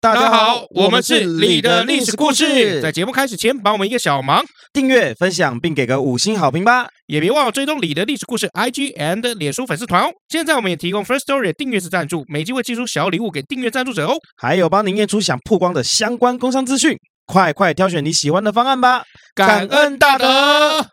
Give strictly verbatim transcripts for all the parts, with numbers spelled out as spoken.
大家好，我们是你的历史故事。在节目开始前，帮我们一个小忙， 订阅、分享并给个五星好评吧！ 也别忘了追踪你的历史故事 I G and 脸书粉丝团哦。现在我们也提供 First Story 的订阅式赞助，每集会寄出小礼物给订阅赞助者哦。 还有帮您验出想曝光的相关工商资讯，快快挑选你喜欢的方案吧！ 感恩大德。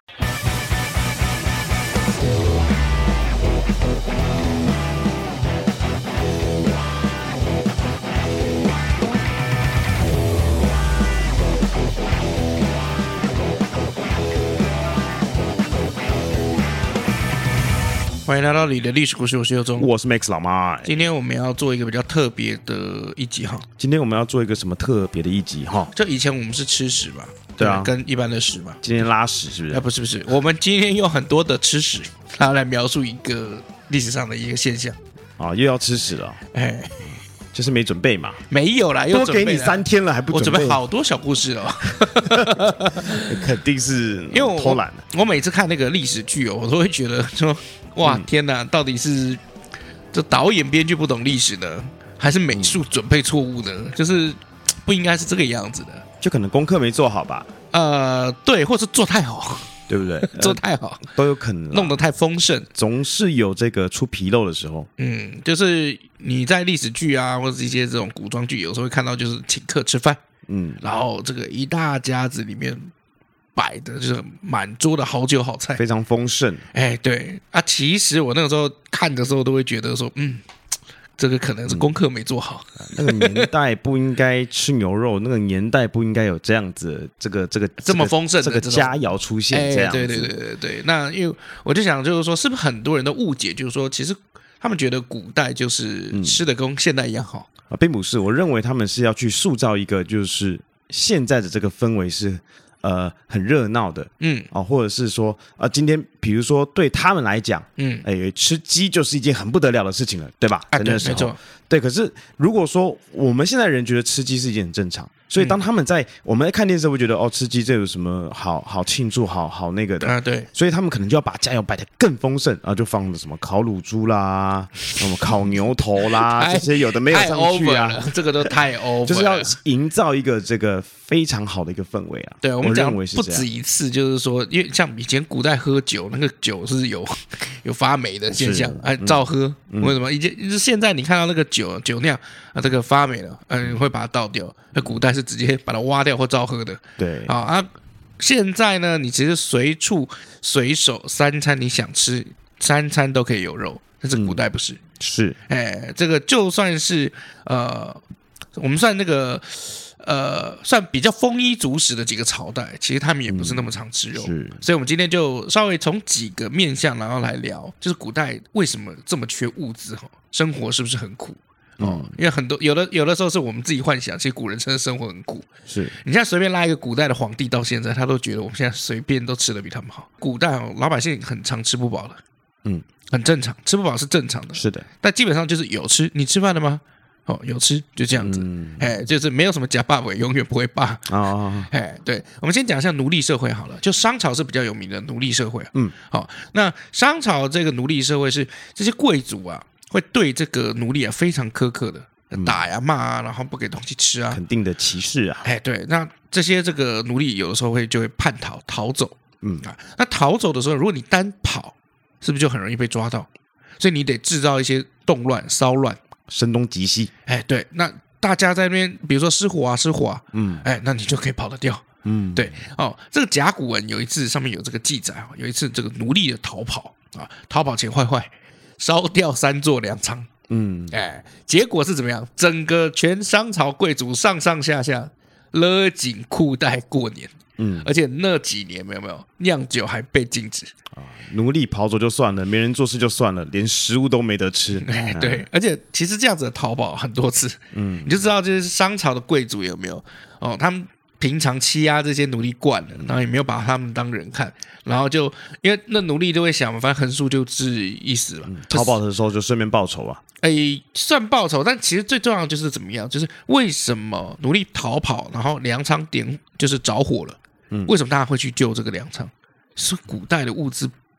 欢迎来到你的历史故事，我是佑宗， 我是 Max 老妈。 今天我们要做一个比较特别的一集哈。 今天我们要做一个什么特别的一集哈？ 就以前我们是吃屎嘛， 对啊， 跟一般的屎嘛。 今天拉屎是不是？ 哎，不是不是，我们今天用很多的吃屎，然后来描述一个历史上的一个现象。 啊，又要吃屎了，哎，就是没准备嘛。 没有啦， 多给你三天了还不准备？ 我准备好多小故事哦。 肯定是因为我偷懒了。 我每次看那个历史剧哦，我都会觉得说。哇天哪！到底是这导演编剧不懂历史呢，还是美术准备错误呢？就是不应该是这个样子的， 就可能功课没做好吧？ 呃，对，或是做太好， 对不对？ 做太好都有可能， 弄得太丰盛， 总是有这个出纰漏的时候。 嗯，就是你在历史剧啊，或者一些这种古装剧，有时候会看到就是请客吃饭，嗯，然后这个一大家子里面。摆的就是满桌的好酒好菜， 非常丰盛。 哎，对啊，其实我那个时候看的时候都会觉得说，嗯，这个可能是功课没做好。 嗯、那个年代不应该吃牛肉，那个年代不应该有这样子，这个这个这么丰盛的这个佳肴出现。这样子， 哎、对对对对对。那因为我就想，就是说，是不是很多人的误解，就是说，其实他们觉得古代就是吃的跟现代一样好、 嗯、啊，并不是。我认为他们是要去塑造一个，就是现在的这个氛围是。呃，很热闹的，嗯，啊、哦，或者是说，啊、呃，今天比如说对他们来讲，嗯，哎，吃鸡就是一件很不得了的事情了，对吧？ 啊，对，没错， 对。可是如果说我们现在人觉得吃鸡是一件很正常，所以当他们在、嗯、我们在看电视会觉得哦，吃鸡这有什么好好庆祝、好好那个的啊？对， 所以他们可能就要把佳肴摆得更丰盛，然后就放什么烤乳猪啦，什么烤牛头啦，这些有的没有上去啊， 这个都太 over， 就是要营造一个这个非常好的一个氛围啊。 对，我们讲不止一次，就是说，因为像以前古代喝酒，那个酒是有有发霉的现象，哎，照喝。嗯、为什么？以前现在你看到那个酒酒酿啊，这个发霉了，嗯，会把它倒掉。那古代是直接把它挖掉或照喝的。 对啊啊，现在呢，你其实随处随手三餐你想吃，三餐都可以有肉，但是古代不是。嗯、 是， 哎，这个就算是呃，我们算那个。呃，算比较丰衣足食的几个朝代，其实他们也不是那么常吃肉， 嗯、 所以我们今天就稍微从几个面向，然后来聊，就是古代为什么这么缺物资，生活是不是很苦？哦、嗯，因为很多有的有的时候是我们自己幻想，其实古人真的生活很苦。 是你现在随便拉一个古代的皇帝到现在，他都觉得我们现在随便都吃得比他们好。古代哦，老百姓很常吃不饱的，嗯，很正常，吃不饱是正常的。 是的， 但基本上就是有吃，你吃饭了吗？哦，有吃就这样子，嗯、哎，就是没有什么假霸尾，永远不会霸。哦，哎，对，我们先讲一下奴隶社会好了。就商朝是比较有名的奴隶社会、啊，嗯，好、哦，那商朝这个奴隶社会是这些贵族啊，会对这个奴隶啊非常苛刻的，打呀骂啊，然后不给东西吃啊， 肯定的歧视啊。 哎，对，那这些这个奴隶有的时候会就会叛逃逃走，嗯啊，那逃走的时候，如果你单跑，是不是就很容易被抓到？所以你得制造一些动乱、骚乱。 声东击西， 哎，对，那大家在那边，比如说失火啊，失火啊，嗯，哎，那你就可以跑得掉，嗯，对，哦，这个甲骨文有一次上面有这个记载，有一次这个奴隶的逃跑啊，逃跑前坏坏烧掉三座粮仓，嗯，哎，结果是怎么样？整个全商朝贵族上上下下勒紧裤带过年。嗯，而且那几年没有没有酿酒还被禁止啊，奴隶跑走就算了，没人做事就算了，连食物都没得吃。 哎，对，而且其实这样子的逃跑很多次，嗯，你就知道这是商朝的贵族有没有哦，他们平常欺压这些奴隶惯了，然后也没有把他们当人看，然后就因为那奴隶就会想，反正横竖就置一死了、嗯， 逃跑的时候就顺便报仇啊。 哎，算报仇，但其实最重要的就是怎么样，就是为什么奴隶逃跑，然后粮仓点就是着火了。嗯、为什么大家会去救这个粮仓？是古代的物资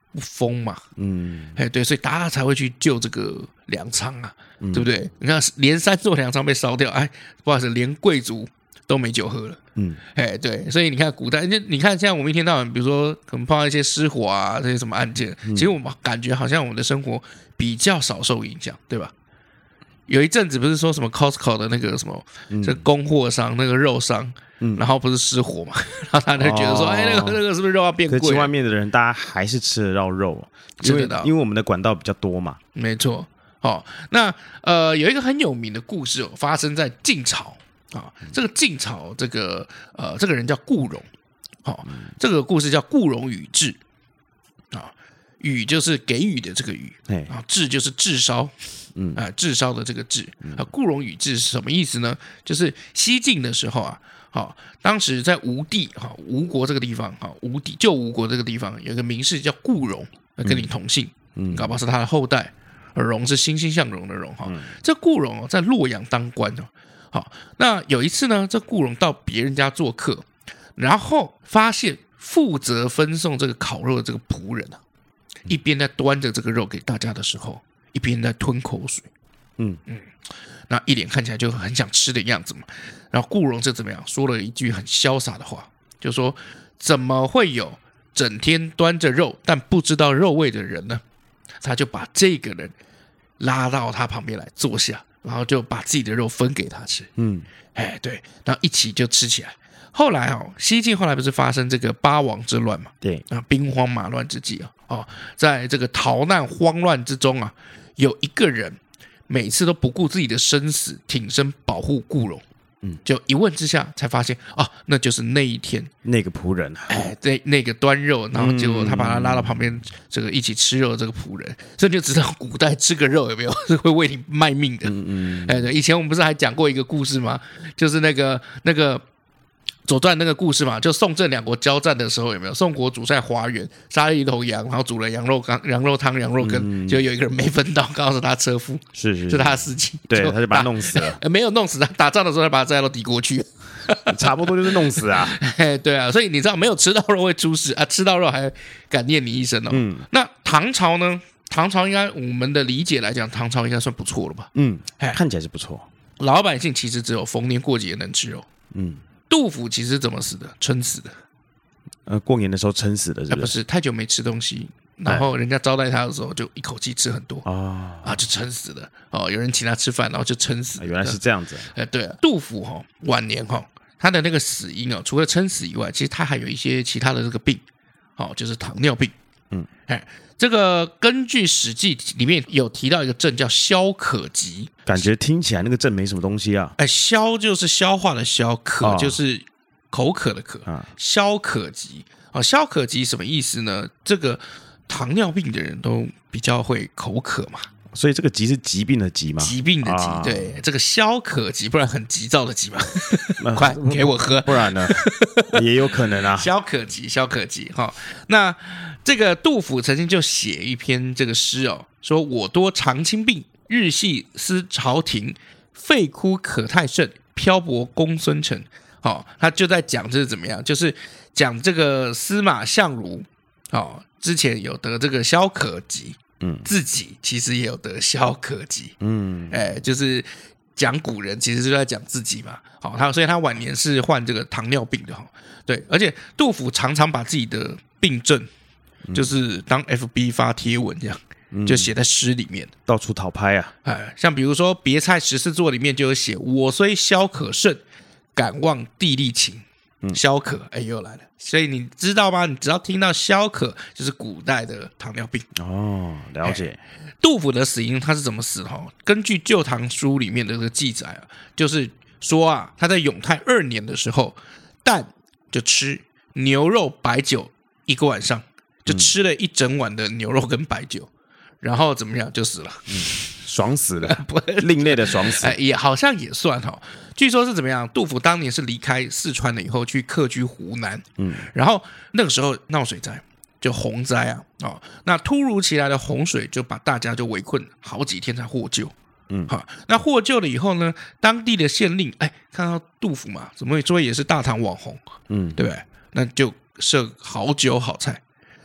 不丰嘛，嗯，哎，对，所以大家才会去救这个粮仓啊，嗯、对不对？你看，连三座粮仓被烧掉，哎，不好意思，连贵族都没酒喝了，嗯，哎，对，所以你看古代，你看像我们一天到晚，比如说可能碰到一些失火啊这些什么案件，嗯、其实我们感觉好像我们的生活比较少受影响，对吧？有一阵子不是说什么 Costco 的那个什么，嗯、这供货商那个肉商。嗯、然后不是失火嘛，然后他就觉得说，哎、哦，那个那个是不是肉要变贵？ 可是外面的人，大家还是吃得到肉， 吃得到， 因为我们的管道比较多嘛。 没错，哦，那呃有一个很有名的故事哦，发生在晋朝啊、哦。这个晋朝这个呃这个人叫顾荣，好、哦，这个故事叫顾荣与智啊，予就是给予的这个予啊，智就是炙烧。嗯啊，炙烧的这个炙啊，顾荣与智是什么意思呢？就是西晋的时候啊，好、哦，当时在吴地哈、哦、吴国这个地方哈、哦、吴地旧吴国这个地方有一个名士叫顾荣，跟你同姓，嗯，搞不好是他的后代，荣是欣欣向荣的荣哈、哦嗯。这顾荣哦在洛阳当官哦，好、哦，那有一次呢，这顾荣到别人家做客，然后发现负责分送这个烤肉的这个仆人啊，一边在端着这个肉给大家的时候。一边在吞口水，嗯嗯，那一脸看起来就很想吃的样子嘛。然后顾荣就怎么样说了一句很潇洒的话，就说：“怎么会有整天端着肉但不知道肉味的人呢？”他就把这个人拉到他旁边来坐下，然后就把自己的肉分给他吃。嗯，哎，对，然后一起就吃起来。后来哦，西晋后来不是发生这个八王之乱嘛？对啊，兵荒马乱之际啊，哦，在这个逃难慌乱之中啊。有一个人每次都不顾自己的生死，挺身保护顾荣。嗯，就一问之下才发现啊，那就是那一天那个仆人， 哎，对，那个端肉，然后结果他把他拉到旁边，这个一起吃肉的这个仆人，所以就知道古代吃个肉有没有是会为你卖命的。嗯嗯，哎，对，以前我们不是还讲过一个故事吗？就是那个那个。左传那个故事嘛，就宋郑两国交战的时候，有没有宋国主在华原杀了一头羊，然后煮了羊肉汤、羊肉汤、羊肉羹，就、嗯、有一个人没分到，刚好是他车夫， 是是， 是他的司机， 对，他就把他弄死了。 没有弄死他，打仗的时候他把他载到敌国去， 差不多就是弄死啊。 对啊，所以你知道没有吃到肉会出事啊，吃到肉还感念你一生哦。嗯，那唐朝呢？唐朝应该我们的理解来讲，唐朝应该算不错了吧？ 嗯，看起来是不错。 老百姓其实只有逢年过节能吃肉。嗯。杜甫其实怎么死的？撑死的。 呃，过年的时候撑死的是不是？ 啊、不是，太久没吃东西，然后人家招待他的时候就一口气吃很多啊，啊，就撑死的。哦，有人请他吃饭，然后就撑死、 啊。原来是这样子。 哎、呃，对啊，杜甫哈、哦、晚年哈、哦，他的那个死因哦，除了撑死以外，其实他还有一些其他的这个病，哦，就是糖尿病。嗯，哎。这个根据《史记》里面有提到一个症叫消渴疾， 感觉听起来那个症没什么东西啊。 哎，消就是消化的消，渴就是口渴的渴，哦、消渴疾啊，消渴疾什么意思呢？这个糖尿病的人都比较会口渴嘛， 所以这个疾是疾病的疾吗？ 疾病的疾，啊、对，这个消渴疾，不然很急躁的急嘛，快给我喝， 不然呢也有可能啊。 消渴疾，消渴疾，哈、哦，那。这个杜甫曾经就写一篇这个诗哦，说我多常亲病，日系思朝廷，肺枯渴太甚，漂泊公孙城。哦，他就在讲这是怎么样，就是讲这个司马相如哦，之前有得这个消渴疾，嗯，自己其实也有得消渴疾，嗯，哎，就是讲古人其实就在讲自己嘛。好、哦，他所以他晚年是患这个糖尿病的哈、哦，对，而且杜甫常常把自己的病症。就是当 F B 发贴文这样，嗯、就写在诗里面， 到处讨拍啊！ 哎，像比如说《别蔡十四作》里面就有写：“我虽消渴甚，敢望地利勤。”消渴，哎，又来了。所以你知道吗？你只要听到消渴，就是古代的糖尿病。 哦，了解。 杜甫的死因他是怎么死的？根据《旧唐书》里面的这个记载啊，就是说啊，他在永泰二年的时候，蛋就吃牛肉白酒一个晚上。就吃了一整碗的牛肉跟白酒，然后怎么样就死了，嗯、 爽死了，另类的爽死， 哎，也好像也算哈、哦。据说是怎么样？杜甫当年是离开四川了以后去客居湖南，嗯，然后那个时候闹水灾，就洪灾啊，哦，那突如其来的洪水就把大家就围困好几天才获救，嗯，好，那获救了以后呢，当地的县令哎看到杜甫嘛，怎么说也是大唐网红，嗯，对不对？那就设好酒好菜。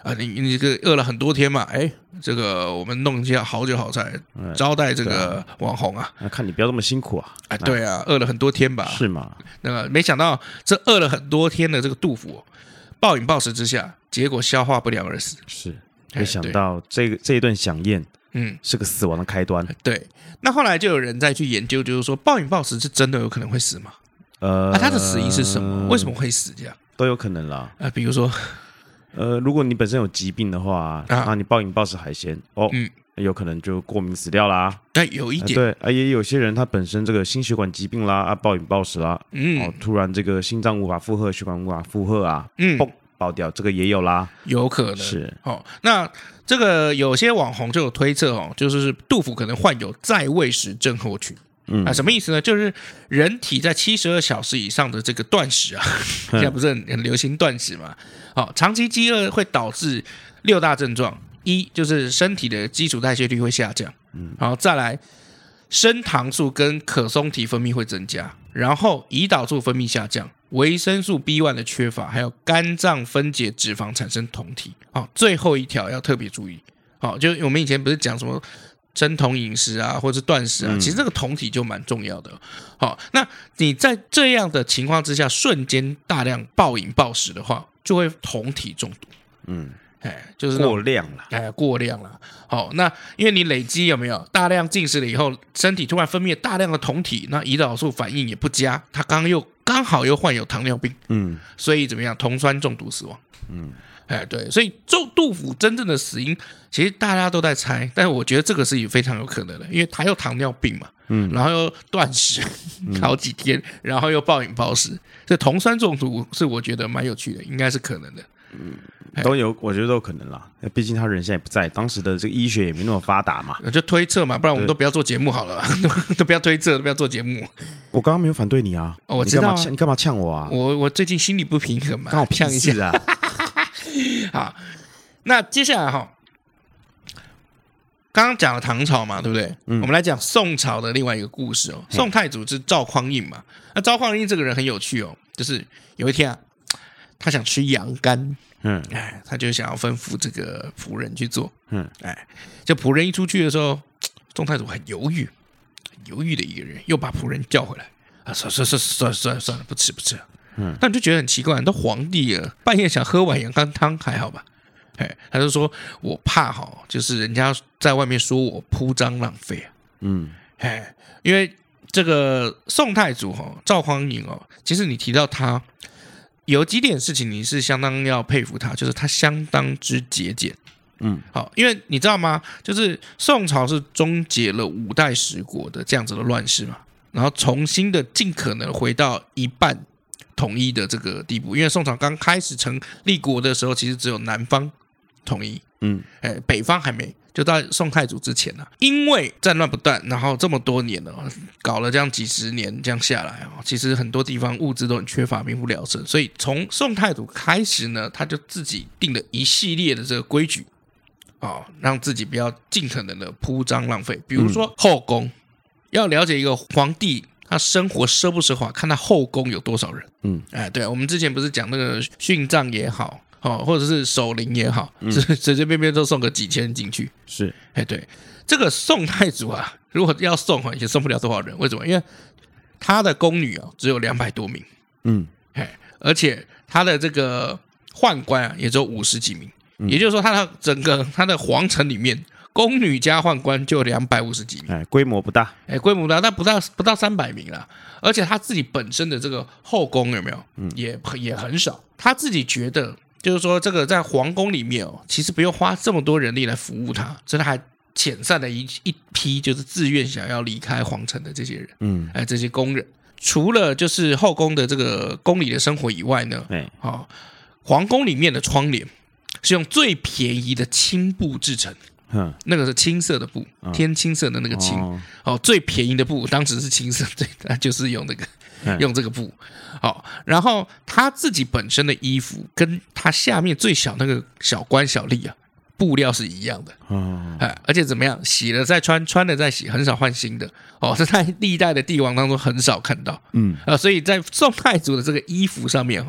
啊，你你这个饿了很多天嘛，哎，这个我们弄一下好酒好菜，招待这个网红啊。 啊看你不要这么辛苦啊！ 哎，对啊，饿了很多天吧？ 是吗？ 那个没想到这饿了很多天的这个杜甫、哦，暴饮暴食之下，结果消化不良而死。 是，没想到这个这一顿飨宴，嗯，是个死亡的开端。 对，那后来就有人再去研究，就是说暴饮暴食是真的有可能会死吗？ 呃， 啊，他的死因是什么？为什么会死这样？ 都有可能啦。 啊，比如说。 呃，如果你本身有疾病的话，啊，啊你暴饮暴食海鲜，哦，嗯，有可能就过敏死掉啦。 哎，有一点， 对啊，也有些人他本身这个心血管疾病啦，啊，暴饮暴食啦，嗯，哦，突然这个心脏无法负荷，血管无法负荷啊，嗯，嘣爆掉，这个也有啦， 有可能是。 哦，那这个有些网红就有推测哦，就是杜甫可能患有在位时症候群。嗯啊，什么意思呢？就是人体在七十二小时以上的这个断食啊，现在不是很很流行断食嘛？好、哦，长期饥饿会导致六大症状：一就是身体的基础代谢率会下降，嗯，然后再来升糖素跟可松体分泌会增加，然后胰岛素分泌下降，维生素 B 一 的缺乏，还有肝脏分解脂肪产生酮体。好、哦，最后一条要特别注意，好、哦，就我们以前不是讲什么？生酮饮食啊，或者是断食啊，其实这个酮体就蛮重要的。好、哦，那你在这样的情况之下，瞬间大量暴饮暴食的话，就会酮体中毒。嗯，哎，就是过量了， 哎，过量了。好、哦，那因为你累积有没有大量进食了以后，身体突然分泌大量的酮体，那胰岛素反应也不佳，他刚刚又刚好又患有糖尿病，嗯，所以怎么样，酮酸中毒死亡。嗯。哎，对，所以杜甫真正的死因，其实大家都在猜，但是我觉得这个是非常有可能的，因为他又糖尿病嘛，嗯，然后又断食好几天，然后又暴饮暴食，这酮酸中毒是我觉得蛮有趣的，应该是可能的， 嗯，都有，我觉得都有可能啦。毕竟他人现在不在，当时的这个医学也没那么发达嘛， 就推测嘛，不然我们都不要做节目好了，都不要推测，都不要做节目。 我刚刚没有反对你啊， 哦、我知道、 啊，你干嘛呛我啊？ 我我最近心里不平衡嘛， 刚好呛一下啊。 好，那接下来哈，刚刚讲了唐朝嘛，对不对？嗯、我们来讲宋朝的另外一个故事哦。宋太祖是赵匡胤嘛，那赵匡胤这个人很有趣哦，就是有一天啊，他想吃羊肝，嗯，哎，他就想要吩咐这个仆人去做，嗯，哎，就仆人一出去的时候，宋太祖很犹豫，很犹豫的一个人，又把仆人叫回来，啊，算算算算算算了，不吃不吃。嗯，那你就觉得很奇怪，你都皇帝了，半夜想喝碗羊肝汤还好吧？哎，他就说我怕哈，就是人家在外面说我铺张浪费啊。嗯，哎，因为这个宋太祖哈赵匡胤哦，其实你提到他有几点事情你是相当要佩服他，就是他相当之节俭。嗯，好，因为你知道吗？就是宋朝是终结了五代十国的这样子的乱世嘛，然后重新的尽可能回到一半统一的这个地步，因为宋朝刚开始成立国的时候，其实只有南方统一，嗯，哎，北方还没，就到宋太祖之前啊。因为战乱不断，然后这么多年了，搞了这样几十年这样下来啊，其实很多地方物资都很缺乏，民不聊生，所以从宋太祖开始呢，他就自己定了一系列的这个规矩啊、哦，让自己不要尽可能的铺张浪费，比如说后宫，嗯、要了解一个皇帝。他生活奢不奢华，看他后宫有多少人。嗯，哎，对啊，我们之前不是讲那个殉葬也好，哦，或者是守灵也好，嗯、随随便便都送个几千人进去。 是， 哎，对，这个宋太祖啊，如果要送啊，也送不了多少人。为什么？因为他的宫女啊只有两百多名。嗯，哎，而且他的这个宦官啊也只有五十几名，嗯、也就是说，他的整个他的皇城里面。宫女加宦官就两百五十几名， 哎，规模不大， 哎，规模不大，但不到不到三百名啦。而且他自己本身的这个后宫有没有，嗯、也也很少。他自己觉得，就是说这个在皇宫里面哦，其实不用花这么多人力来服务他，所以他还遣散了一一批就是自愿想要离开皇城的这些人，嗯，哎，这些工人。除了就是后宫的这个宫里的生活以外呢，哎，哦，皇宫里面的窗帘是用最便宜的青布制成。嗯，那个是青色的布，嗯、天青色的那个青，哦，哦，最便宜的布，当时是青色，对，他就是用那个、嗯、用这个布，好、哦，然后他自己本身的衣服跟他下面最小那个小官小吏啊，布料是一样的，哦，哎，而且怎么样，洗了再穿，穿了再洗，很少换新的，哦，这在历代的帝王当中很少看到，嗯，啊，所以在宋太祖的这个衣服上面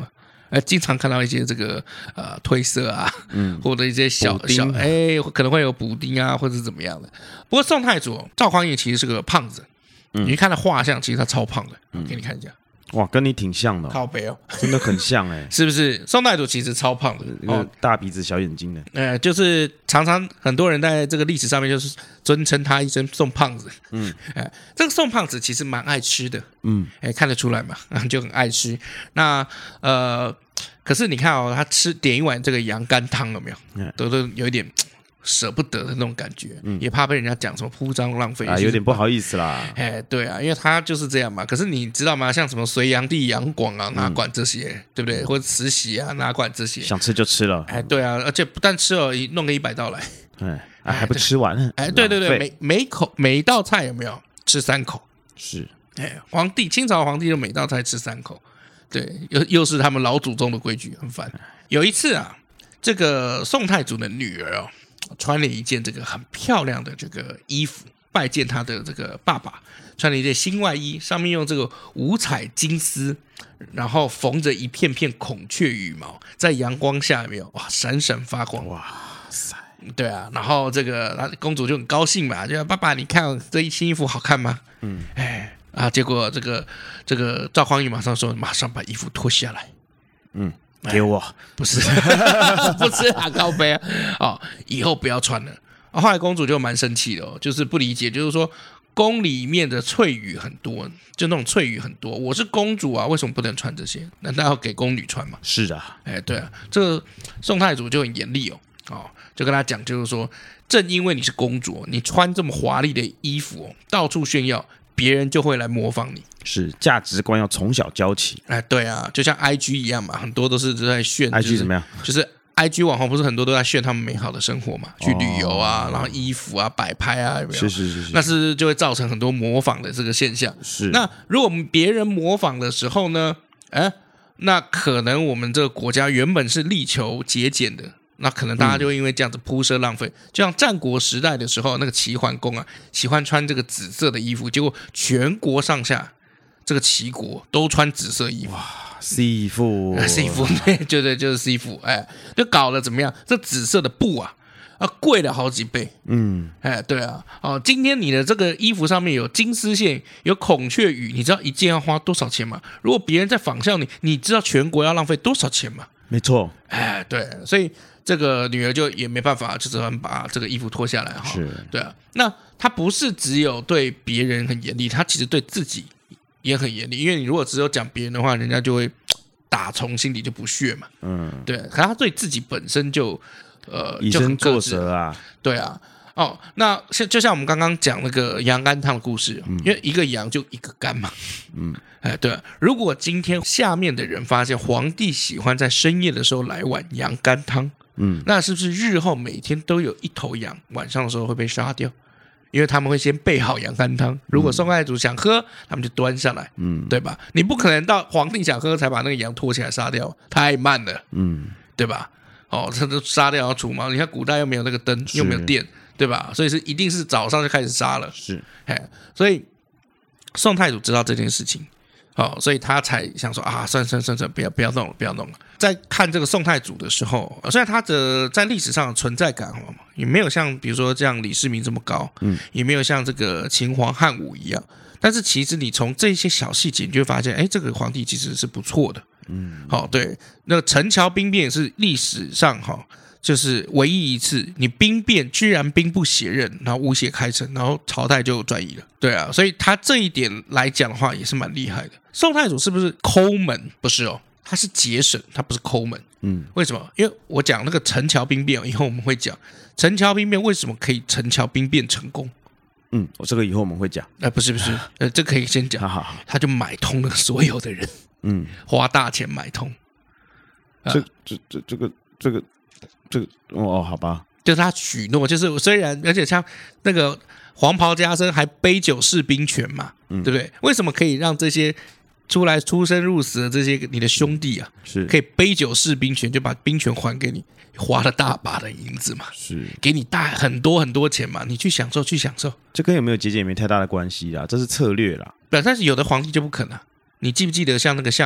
呃，经常看到一些这个呃褪色啊，嗯，或者一些小小哎，可能会有补丁啊，或者是怎么样的。不过宋太祖赵匡胤其实是个胖子，嗯、你看他画像，其实他超胖的，嗯、给你看一下。 哇，跟你挺像的、哦， 靠北哦， 真的很像哎、欸， 是不是？宋太祖其实超胖的， 哦，大鼻子小眼睛的， 呃，就是常常很多人在这个历史上面就是尊称他一声宋胖子，嗯，哎，这个宋胖子其实蛮爱吃的，嗯，哎，看得出来嘛，就很爱吃。那呃，可是你看哦，他吃点一碗这个羊肝汤有没有？嗯、都都有一点舍不得的那种感觉，嗯、也怕被人家讲什么铺张浪费啊，有点不好意思啦。 哎，对啊，因为他就是这样嘛。可是你知道吗？像什么隋炀帝杨广啊，哪管这些，嗯、对不对？或者慈禧啊，哪管这些？ 想吃就吃了。 哎，对啊，而且不但吃了，弄个一百道来， 哎，啊、还不吃完？ 哎，对对对，每每口每一道菜有没有吃三口？ 是， 哎，皇帝清朝皇帝就每道菜吃三口，对，又又是他们老祖宗的规矩，很烦。有一次啊，这个宋太祖的女儿哦。穿了一件这个很漂亮的这个衣服，拜见他的这个爸爸，穿了一件新外衣，上面用这个五彩金丝，然后缝着一片片孔雀羽毛，在阳光下有没有哇闪闪发光？哇塞！对啊，然后这个公主就很高兴嘛，就爸爸你看这一新衣服好看吗？嗯，哎啊，结果这个这个赵匡胤马上说，马上把衣服脱下来，嗯。 给我不是不是啊，高杯啊！哦，以后不要穿了。啊、后来公主就蛮生气的、哦，就是不理解，就是说宫里面的翠羽很多，就那种翠羽很多。我是公主啊，为什么不能穿这些？难道要给宫女穿吗？ 是啊， 哎，对啊，这个宋太祖就很严厉哦，哦，就跟他讲，就是说，正因为你是公主，你穿这么华丽的衣服、哦，到处炫耀。别人就会来模仿你， 是价值观要从小教起。 哎，对啊，就像 I G 一样嘛，很多都是在炫。 I G 怎么样？ 就是 I G 网红不是很多都在炫他们美好的生活嘛，去旅游啊，哦、然后衣服啊、摆拍啊，有没有？ 是是是是。 那是就会造成很多模仿的这个现象。 是。 那如果我们别人模仿的时候呢，哎，那可能我们这个国家原本是力求节俭的。那可能大家就因为这样子铺设浪费，嗯、就像战国时代的时候，那个齐桓公啊，喜欢穿这个紫色的衣服，结果全国上下这个齐国都穿紫色衣服。 哇，西服， 西服，对，就对，就是西服，哎，就搞得怎么样？这紫色的布啊，啊，贵了好几倍。嗯，哎，对啊，哦，今天你的这个衣服上面有金丝线，有孔雀羽，你知道一件要花多少钱吗？如果别人在仿效你，你知道全国要浪费多少钱吗？ 没错， 哎，对，所以。这个女儿就也没办法，就只能把这个衣服脱下来哈。 是， 对啊。那她不是只有对别人很严厉，她其实对自己也很严厉。因为你如果只有讲别人的话，人家就会打从心里就不屑嘛。嗯，对。可她对自己本身就呃以身作则啊。 对啊。哦，那像就像我们刚刚讲那个羊肝汤的故事，嗯、因为一个羊就一个肝嘛。嗯，哎，对、啊。如果今天下面的人发现皇帝喜欢在深夜的时候来碗羊肝汤。嗯，那是不是日后每天都有一头羊晚上的时候会被杀掉？因为他们会先备好羊肝汤，如果宋太祖想喝，他们就端下来，嗯，对吧？你不可能到皇帝想喝才把那个羊拖起来杀掉，太慢了，嗯，对吧？哦，这都杀掉要除毛，你看古代又没有那个灯，又没有电，对吧？所以是一定是早上就开始杀了， 是， 哎，所以宋太祖知道这件事情。哦，所以他才想说啊，算算算算，不要不要弄了，不要弄了。在看这个宋太祖的时候，虽然他的在历史上的存在感也没有像比如说这样李世民这么高，嗯，也没有像这个秦皇汉武一样，但是其实你从这些小细节，你就会发现，哎，这个皇帝其实是不错的，嗯，好、哦，对，那个陈桥兵变也是历史上哈、哦，就是唯一一次你兵变居然兵不血刃，然后无血开城，然后朝代就转移了，对啊，所以他这一点来讲的话也是蛮厉害的。宋太祖是不是抠门？不是哦，他是节省，他不是抠门。嗯，为什么？因为我讲那个陈桥兵变，以后我们会讲陈桥兵变为什么可以陈桥兵变成功。 嗯，我这个以后我们会讲。 呃，不是不是，呃，这个可以先讲。 好好好， 他就买通了所有的人，嗯，花大钱买通。 呃、这这这这个这个这个哦，好吧， 就是他许诺，就是虽然而且像那个黄袍加身还杯酒释兵权嘛，嗯、对不对？为什么可以让这些出来出生入死的这些你的兄弟啊， 是可以杯酒释兵权，就把兵权还给你，花了大把的银子嘛， 是给你大很多很多钱嘛，你去享受去享受， 这跟有没有节俭也没太大的关系啦，这是策略啦。 对，但是有的皇帝就不肯啊。你记不记得像那个项羽，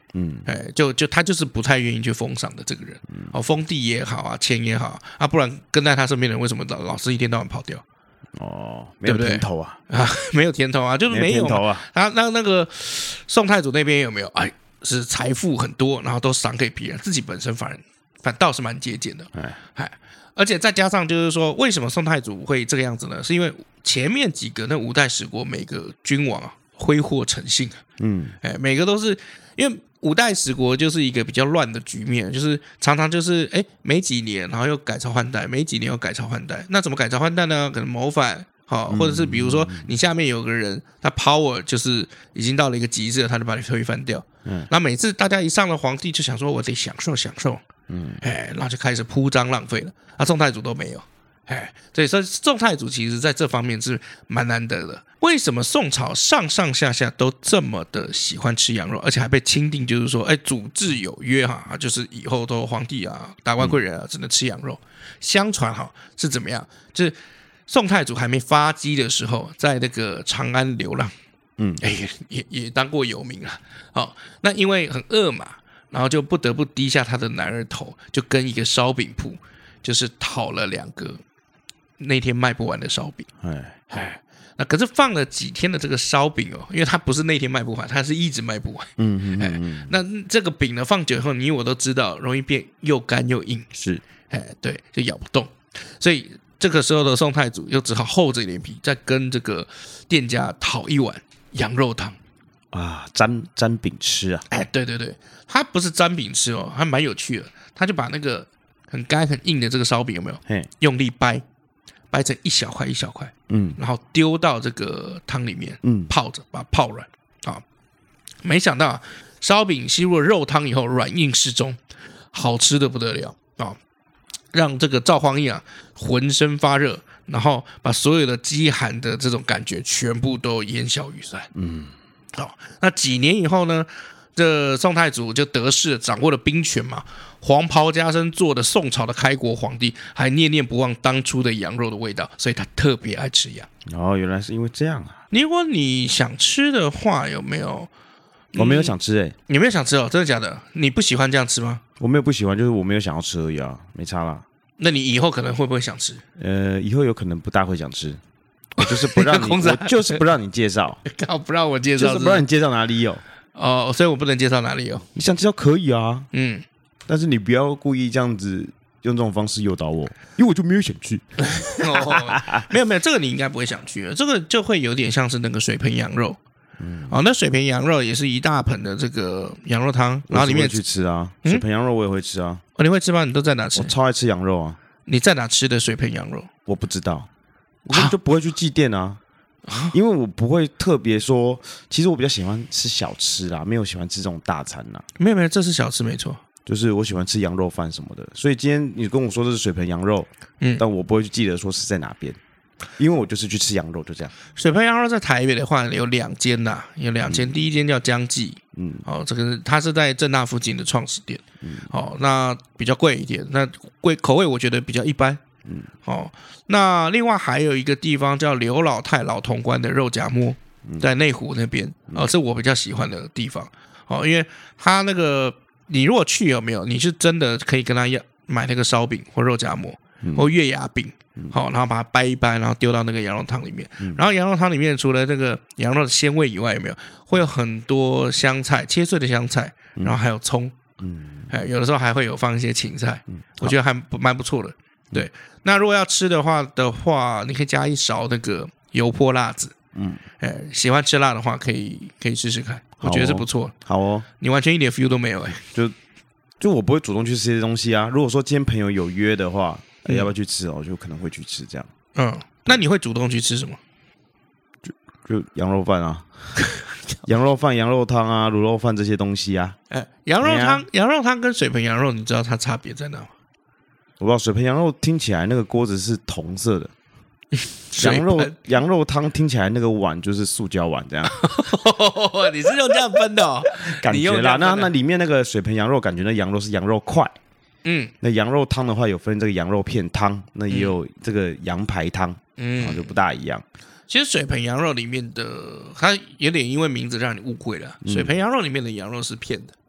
嗯，哎，就就他就是不太愿意去封赏的这个人，哦，封地也好啊，钱也好啊，不然跟在他身边的人为什么老老是一天到晚跑掉？ 哦，没有甜头啊， 啊，没有甜头啊，就是没有甜头啊。 他那那个宋太祖那边有没有？哎，是财富很多，然后都赏给别人，自己本身反反倒是蛮节俭的，哎。而且再加上就是说，为什么宋太祖会这个样子呢？是因为前面几个那五代十国每个君王啊挥霍成性，嗯，哎，每个都是因为五代十国就是一个比较乱的局面，就是常常就是哎没几年，然后又改朝换代，没几年又改朝换代。那怎么改朝换代呢？可能谋反，好、哦，或者是比如说你下面有个人，他 power 就是已经到了一个极致了，他就把你推翻掉。嗯，那每次大家一上了皇帝，就想说我得享受享受。嗯，哎，然后就开始铺张浪费了。啊，宋太祖都没有，哎，所以说宋太祖其实在这方面是蛮难得的。为什么宋朝上上下下都这么的喜欢吃羊肉，而且还被钦定，就是说，哎，祖制有约哈，就是以后都皇帝啊、达官贵人啊，只能吃羊肉。相传哈是怎么样？就是宋太祖还没发迹的时候，在那个长安流浪，嗯，哎，也也当过游民啊。好，那因为很饿嘛。然后就不得不低下他的男儿头，就跟一个烧饼铺，就是讨了两个那天卖不完的烧饼。哎哎，那可是放了几天的这个烧饼哦，因为它不是那天卖不完，它是一直卖不完。嗯嗯嗯。那这个饼呢，放久以后，你我都知道，容易变又干又硬。 是， 哎，对，就咬不动。所以这个时候的宋太祖又只好厚着脸皮，再跟这个店家讨一碗羊肉汤。 啊，沾沾饼吃啊！ 哎，对对对，他不是沾饼吃哦，还蛮有趣的。他就把那个很干很硬的这个烧饼有没有？嘿，用力掰，掰成一小块一小块，嗯，然后丢到这个汤里面，嗯，泡着，把它泡软啊。没想到烧饼吸入了肉汤以后，软硬适中，好吃的不得了啊！让这个赵匡胤啊浑身发热，然后把所有的饥寒的这种感觉全部都烟消云散，嗯。哦，那几年以后呢？这宋太祖就得势，掌握了兵权嘛，黄袍加身，做的宋朝的开国皇帝，还念念不忘当初的羊肉的味道，所以他特别爱吃羊。 哦，原来是因为这样啊！ 如果你想吃的话，有没有？ 我没有想吃哎、欸， 你没有想吃哦？真的假的？你不喜欢这样吃吗？ 我没有不喜欢，就是我没有想要吃而已啊，没差啦。 那你以后可能会不会想吃？ 呃，以后有可能不大会想吃。我就是不让你，我就是不让你介绍， 靠，不让我介绍， 就是不让你介绍哪里有哦，所以我不能介绍哪里有。 你想介绍可以啊，嗯，但是你不要故意这样子用这种方式诱导我，因为我就没有想去。 哦、没有没有，这个你应该不会想去，这个就会有点像是那个水盆羊肉。嗯，哦，那水盆羊肉也是一大盆的这个羊肉汤，然后里面去吃啊，嗯、水盆羊肉我也会吃啊。 哦，你会吃吗？你都在哪吃？ 我超爱吃羊肉啊。 你在哪吃的水盆羊肉？ 我不知道。我根本就不会去祭奠啊，因为我不会特别说。其实我比较喜欢吃小吃啦，没有喜欢吃这种大餐啦。 没有没有，这是小吃没错。 就是我喜欢吃羊肉饭什么的，所以今天你跟我说这是水盆羊肉，嗯，但我不会去记得说是在哪边，因为我就是去吃羊肉，就这样。 水盆羊肉在台北的话有两间呐，有两间，嗯、第一间叫江记，嗯，哦，这个它是在政大附近的创始店，嗯，哦，那比较贵一点，那贵口味我觉得比较一般。嗯，哦，那另外还有一个地方叫刘老太老潼关的肉夹馍，在内湖那边，哦，是我比较喜欢的地方，哦，因为他那个你如果去有没有，你是真的可以跟他要买那个烧饼或肉夹馍、嗯、或月牙饼，好、哦，然后把它掰一掰，然后丢到那个羊肉汤里面，嗯、然后羊肉汤里面除了这个羊肉的鲜味以外，有没有会有很多香菜，切碎的香菜，然后还有葱，嗯，哎，有的时候还会有放一些芹菜，嗯、我觉得还蛮不错的。对，那如果要吃的话的话，你可以加一勺那个油泼辣子，嗯，哎，喜欢吃辣的话，可以可以试试看，我觉得是不错。 好哦， 你完全一点 feel 都没有哎、欸， 就就我不会主动去吃这些东西啊。如果说今天朋友有约的话，嗯、要不要去吃哦？我就可能会去吃这样。 嗯，那你会主动去吃什么？ 就就羊肉饭啊，羊肉饭、羊肉汤啊、卤肉饭这些东西啊。 哎，羊肉汤、羊肉汤跟水盆羊肉，你知道它差别在哪吗？ 我不知道水盆羊肉听起来那个锅子是铜色的，羊肉羊肉汤听起来那个碗就是塑胶碗这样。 你是用这样分的哦？ 感觉啦，那那里面那个水盆羊肉，感觉那羊肉是羊肉块。嗯，那羊肉汤的话有分这个羊肉片汤，那也有这个羊排汤，嗯，就不大一样。 其实水盆羊肉里面的，它有点因为名字让你误会了。水盆羊肉里面的羊肉是片的。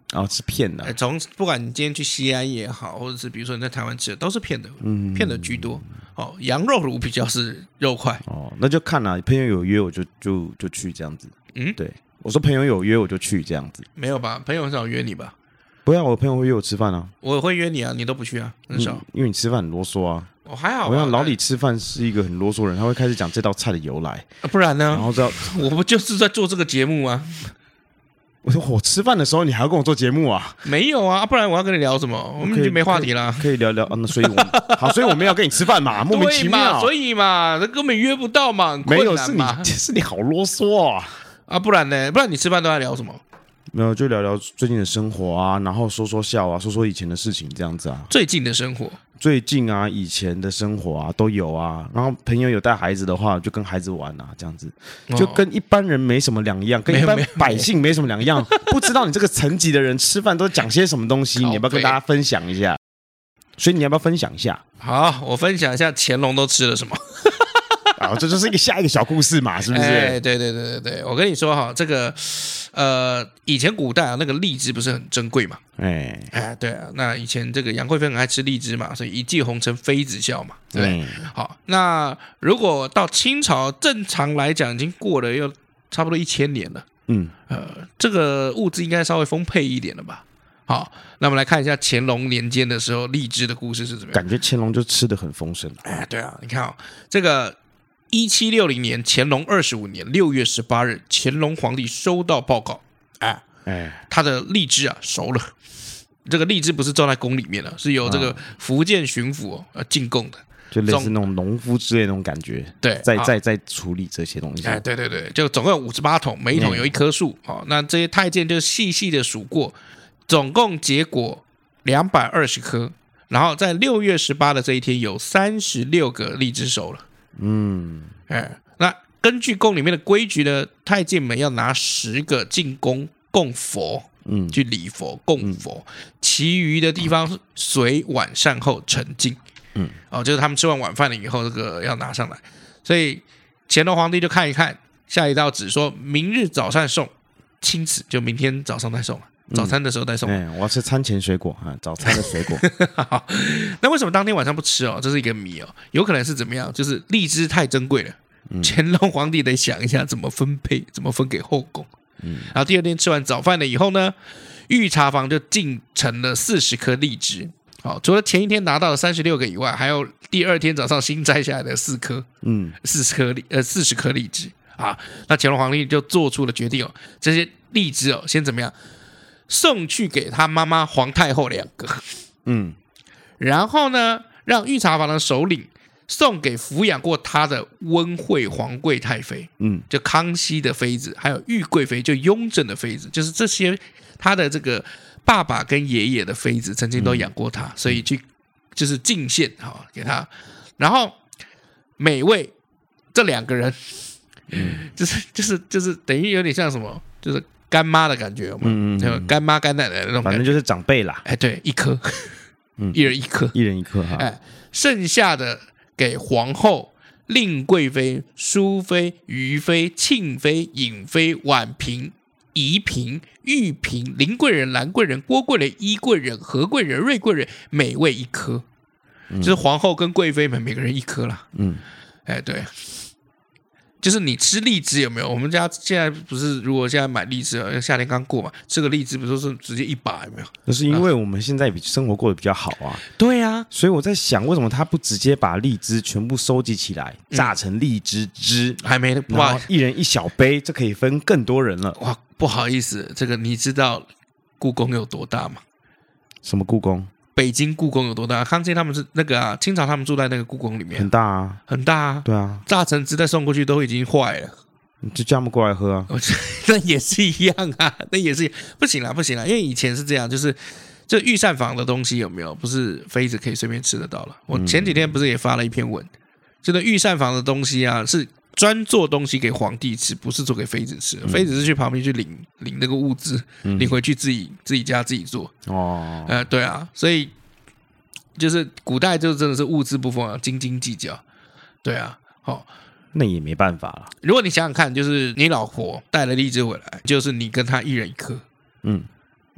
哦，是骗的。 从不管你今天去西安也好，或者是比如说你在台湾吃的，都是骗的，嗯，骗的居多。哦，羊肉炉比较是肉块。 哦，那就看啦，朋友有约我就就就去这样子。嗯，对，我说朋友有约我就去这样子。 没有吧？朋友很少约你吧？ 不要，我朋友会约我吃饭啊。 我会约你啊，你都不去啊，很少。 嗯、因为你吃饭很啰嗦啊。 我、哦、还好。 我想老李吃饭是一个很啰嗦的人，他会开始讲这道菜的由来。 啊、不然呢？ 然后知道我不就是在做这个节目吗？ 我说我吃饭的时候，你还要跟我做节目啊？ 没有啊，不然我要跟你聊什么？我们就没话题啦。 可以聊聊啊，那所以我好，所以我们要跟你吃饭嘛，莫名其妙。 所以嘛，那根本约不到嘛， 没有是你是你好啰嗦啊！ 啊，不然呢？不然你吃饭都在聊什么？ 没有，就聊聊最近的生活啊，然后说说笑啊，说说以前的事情这样子啊。 最近的生活， 最近啊，以前的生活啊都有啊。然后朋友有带孩子的话，就跟孩子玩啊，这样子，就跟一般人没什么两样，跟一般百姓没什么两样。不知道你这个层级的人吃饭都讲些什么东西，你要不要跟大家分享一下？所以你要不要分享一下？ 好，我分享一下乾隆都吃了什么。 啊，这就是一个下一个小故事嘛，是不是？ 哎，对对对对对，我跟你说哈，这个呃，以前古代啊，那个荔枝不是很珍贵嘛？哎哎，对啊，那以前这个杨贵妃很爱吃荔枝嘛，所以一骑红尘妃子笑嘛，对不对？嗯、好，那如果到清朝，正常来讲已经过了又差不多一千年了，嗯，呃，这个物资应该稍微丰沛一点了吧？好，那我们来看一下乾隆年间的时候荔枝的故事是怎么样？ 感觉乾隆就吃得很丰盛。 哎，对啊，你看哦，这个。一七六零年，乾隆二十五年六月十八日，乾隆皇帝收到报告，哎哎，他的荔枝啊熟了。这个荔枝不是种在宫里面的，是由这个福建巡抚呃进贡的， 就类似那种农夫之类的那种感觉。 对， 在在在处理这些东西。 哎，对对对，就总共有五十八桶，每一桶有一棵树。好、嗯哦，那这些太监就细细的数过，总共结果两百二十颗。然后在六月十八的这一天，有三十六个荔枝熟了。嗯，哎，那根据宫里面的规矩呢，太监们要拿十个进宫供佛，嗯，去礼佛供佛，嗯、其余的地方随晚膳后呈进，嗯，哦，就是他们吃完晚饭了以后，这个要拿上来，所以乾隆皇帝就看一看，下一道旨说明日早膳送，钦此，就明天早上再送了。早餐的时候再送、 嗯欸，我要吃餐前水果啊，早餐的水果。 好，那为什么当天晚上不吃哦？这是一个谜哦，有可能是怎么样？就是荔枝太珍贵了，嗯、乾隆皇帝得想一下怎么分配，怎么分给后宫。嗯，然后第二天吃完早饭了以后呢，御茶房就进呈了四十颗荔枝。好，除了前一天拿到的三十六个以外，还有第二天早上新摘下来的四颗，嗯，四十颗呃四十颗荔枝啊。那乾隆皇帝就做出了决定哦，这些荔枝哦，先怎么样？送去给他妈妈皇太后两个，嗯，然后呢，让御茶房的首领送给抚养过他的温惠皇贵太妃，嗯，就康熙的妃子，还有裕贵妃，就雍正的妃子，就是这些他的这个爸爸跟爷爷的妃子曾经都养过他，嗯、所以去就是进献哈给他，然后每位这两个人，嗯，就是就是就是等于有点像什么，就是。干妈的感觉有吗？嗯嗯嗯，干妈干奶奶的那种感觉， 反正就是长辈啦。 哎，对，一颗，嗯，一人一颗， 一人一颗哈。 哎，剩下的给皇后、令贵妃、淑妃、余妃、庆妃、颖妃、婉嫔、宜嫔、玉嫔、林贵人、兰贵人、郭贵人、伊贵人、何贵人、瑞贵人，每位一颗，嗯、就是皇后跟贵妃们每个人一颗啦。嗯，哎，对。就是你吃荔枝有没有？我们家现在不是，如果现在买荔枝，夏天刚过嘛，吃个荔枝不都是直接一把有没有？ 那是因为我们现在生活过得比较好啊。 对啊， 所以我在想，为什么他不直接把荔枝全部收集起来，榨成荔枝汁？ 还没， 然后一人一小杯，这可以分更多人了。 哇，不好意思，这个你知道故宫有多大吗？ 什么故宫？ 北京故宫有多大？康熙他们是那个啊，清朝他们住在那个故宫里面， 很大啊， 很大啊， 对啊， 榨成汁再送过去都已经坏了， 你就叫他们过来喝啊。 那也是一样啊，那也是不行啦，不行啦，因为以前是这样，就是这御膳房的东西有没有？不是妃子可以随便吃得到了。我前几天不是也发了一篇文，这个御膳房的东西啊，是专做东西给皇帝吃，不是做给妃子吃。妃子是去旁边去领领那个物资，领回去自己自己家自己做。哦，呃，对啊，所以就是古代就真的是物资不丰啊，斤斤计较。对啊，好、哦， 那也没办法了。 如果你想想看，就是你老婆带了荔枝回来，就是你跟她一人一颗，嗯，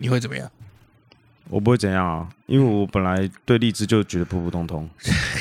你会怎么样？ 我不会怎样啊，因为我本来对荔枝就觉得普普通通。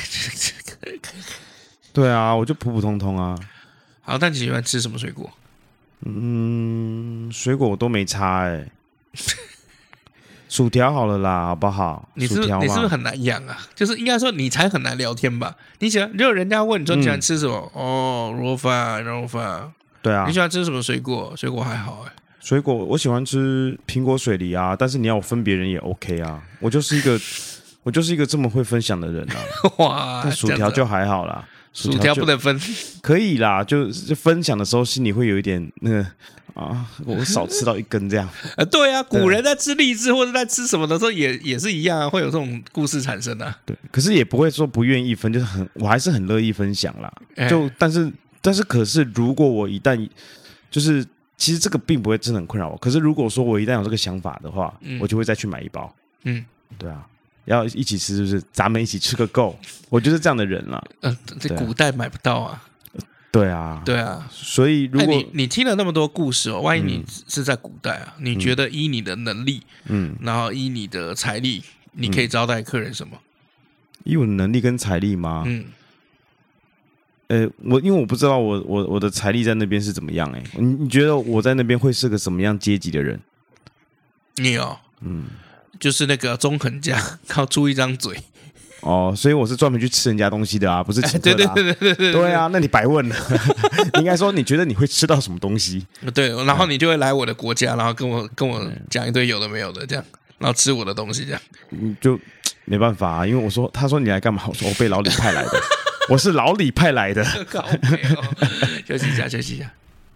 对啊，我就普普通通啊。 好，但你喜欢吃什么水果？ 嗯，水果我都没差哎、欸。薯条好了啦，好不好？ 你是你是不是很难养啊？就是应该说你才很难聊天吧？你喜欢，如果人家问你说你喜欢吃什么，嗯、哦，肉饭肉饭。 对啊。 你喜欢吃什么水果？水果还好哎、欸。 水果我喜欢吃苹果、水梨啊，但是你要我分别人也 OK 啊。我就是一个我就是一个这么会分享的人啊。 哇， 但薯条就还好啦。 薯条不能分， 可以啦，就就分享的时候心里会有一点那个啊，我少吃到一根这样。 呃，对啊，古人在吃荔枝或者在吃什么的时候也也是一样啊，会有这种故事产生啊。 对，可是也不会说不愿意分，就是很我还是很乐意分享啦。就、欸、但是但是可是如果我一旦就是其实这个并不会真的很困扰我，可是如果说我一旦有这个想法的话，嗯、我就会再去买一包。嗯，对啊。要一起吃是不是？咱们一起吃个够，我就是这样的人了。 嗯、呃，在古代买不到啊。 对啊， 对啊。 所以如果、 欸、你你听了那么多故事哦，万一你是在古代啊，嗯、你觉得依你的能力，嗯，然后依你的财力，你可以招待客人什么？ 依我的能力跟财力吗？嗯。呃，我因为我不知道我我我的财力在那边是怎么样哎、欸，你你觉得我在那边会是个什么样阶级的人？ 你哦，嗯。就是那个中横家靠出一张嘴哦，所以我是专门去吃人家东西的啊，不是请客的、啊。对对对对对对啊，那你白问了。你应该说你觉得你会吃到什么东西？ 对，然后你就会来我的国家，然后跟我跟我讲一堆有的没有的这样，然后吃我的东西这样。 嗯，就没办法啊，因为我说他说你来干嘛？我说我被老李派来的，我是老李派来的。 靠北哦，休息一下，休息一下。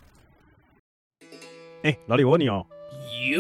哎、欸，老李，我问你哦。 哟。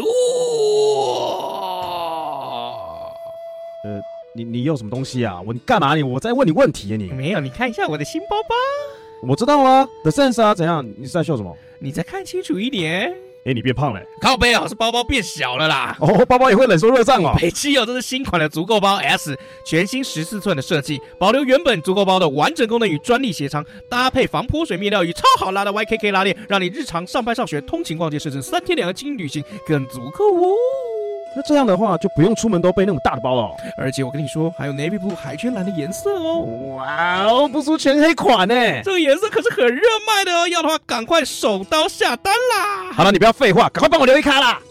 呃，你你有什么东西啊？我你干嘛你？我在问你问题啊你！ 没有，你看一下我的新包包。 我知道啊 ，The Sense 啊，怎样？你是在秀什么？ 你再看清楚一点。 哎、欸，你变胖了、欸。 靠背啊，是包包变小了啦。 哦，包包也会冷缩热胀哦。 北七哦，这是新款的足够包 S， 全新十四寸的设计，保留原本足够包的完整功能与专利鞋长，搭配防泼水面料与超好拉的 Y K K 拉链，让你日常上班上学、通勤逛街，甚至三天两个轻旅行更足够哦。 那这样的话，就不用出门都背那种大的包了、哦。 而且我跟你说，还有 navy blue 海军蓝的颜色哦。 哇哦，不输全黑款呢！ 这个颜色可是很热卖的哦，要的话赶快手刀下单啦！ 好了，你不要废话，赶快帮我留一卡啦！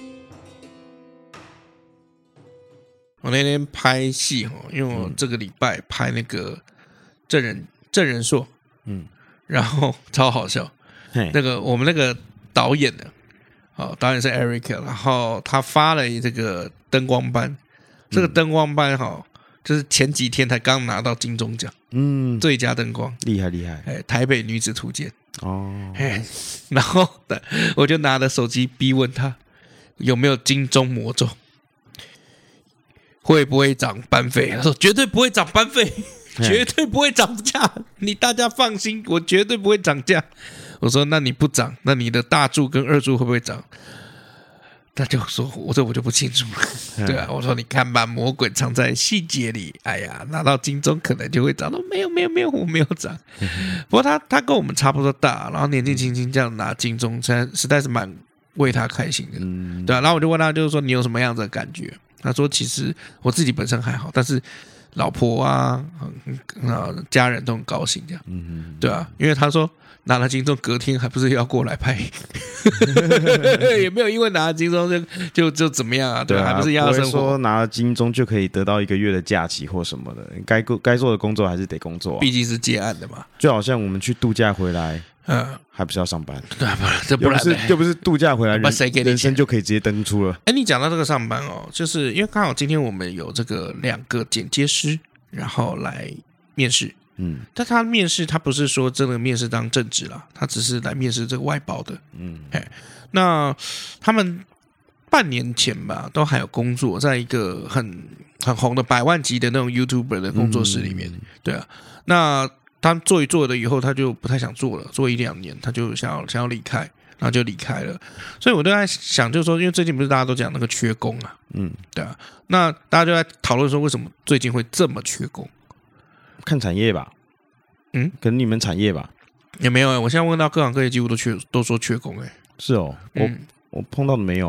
我那天拍戏哦，因为我这个礼拜拍那个证人证人硕，嗯，然后超好笑，那个我们那个导演呢。哦，导演是 Eric， 然后他发了这个灯光班，这个灯光班哈、哦，就是前几天才刚拿到金钟奖，嗯，最佳灯光， 厉害厉害， 哎，台北女子图鉴，哦，哎，然后我就拿着手机逼问他有没有金钟魔咒，会不会涨班费？他说绝对不会涨班费，绝对不会涨价，你大家放心，我绝对不会涨价。我说那你不涨，那你的大柱跟二柱会不会涨？他就说我这我就不清楚了。对啊，我说你看吧，魔鬼藏在细节里。哎呀，拿到金钟可能就会涨。说没有没有没有，我没有涨。不过他他跟我们差不多大，然后年纪轻轻这样拿金钟，实在实在是蛮为他开心的。嗯，对啊，然后我就问他，就是说你有什么样子的感觉？他说其实我自己本身还好，但是老婆啊、嗯、家人都很高兴这样。嗯，对啊，因为他说。拿了金钟，隔天还不是要过来拍，也没有因为拿了金钟就就就怎么样啊？对啊，还不是一样的生活。 不会说拿了金钟就可以得到一个月的假期或什么的，该该做的工作还是得工作、啊， 毕竟是接案的嘛。 就好像我们去度假回来，嗯，还不是要上班？ 对，不然这不然又不是又不是度假回来，人谁给你人生就可以直接登出了。 哎，你讲到这个上班哦，就是因为刚好今天我们有这个两个剪接师，然后来面试。嗯，但他面试，他不是说真的面试当正职啦，他只是来面试这个外包的。嗯，哎，那他们半年前吧，都还有工作在一个很很红的百万级的那种 YouTuber 的工作室里面。嗯、对啊，那他做一做了以后，他就不太想做了，做一两年，他就想要想要离开，然后就离开了。所以我都在想，就是说，因为最近不是大家都讲那个缺工啊，嗯，对啊，那大家就在讨论说，为什么最近会这么缺工？ 看产业吧，嗯，可能你们产业吧， 也没有、欸。我现在问到各行各业，几乎都缺，都说缺工、欸。哎， 是哦，我、嗯、我碰到的没有啊。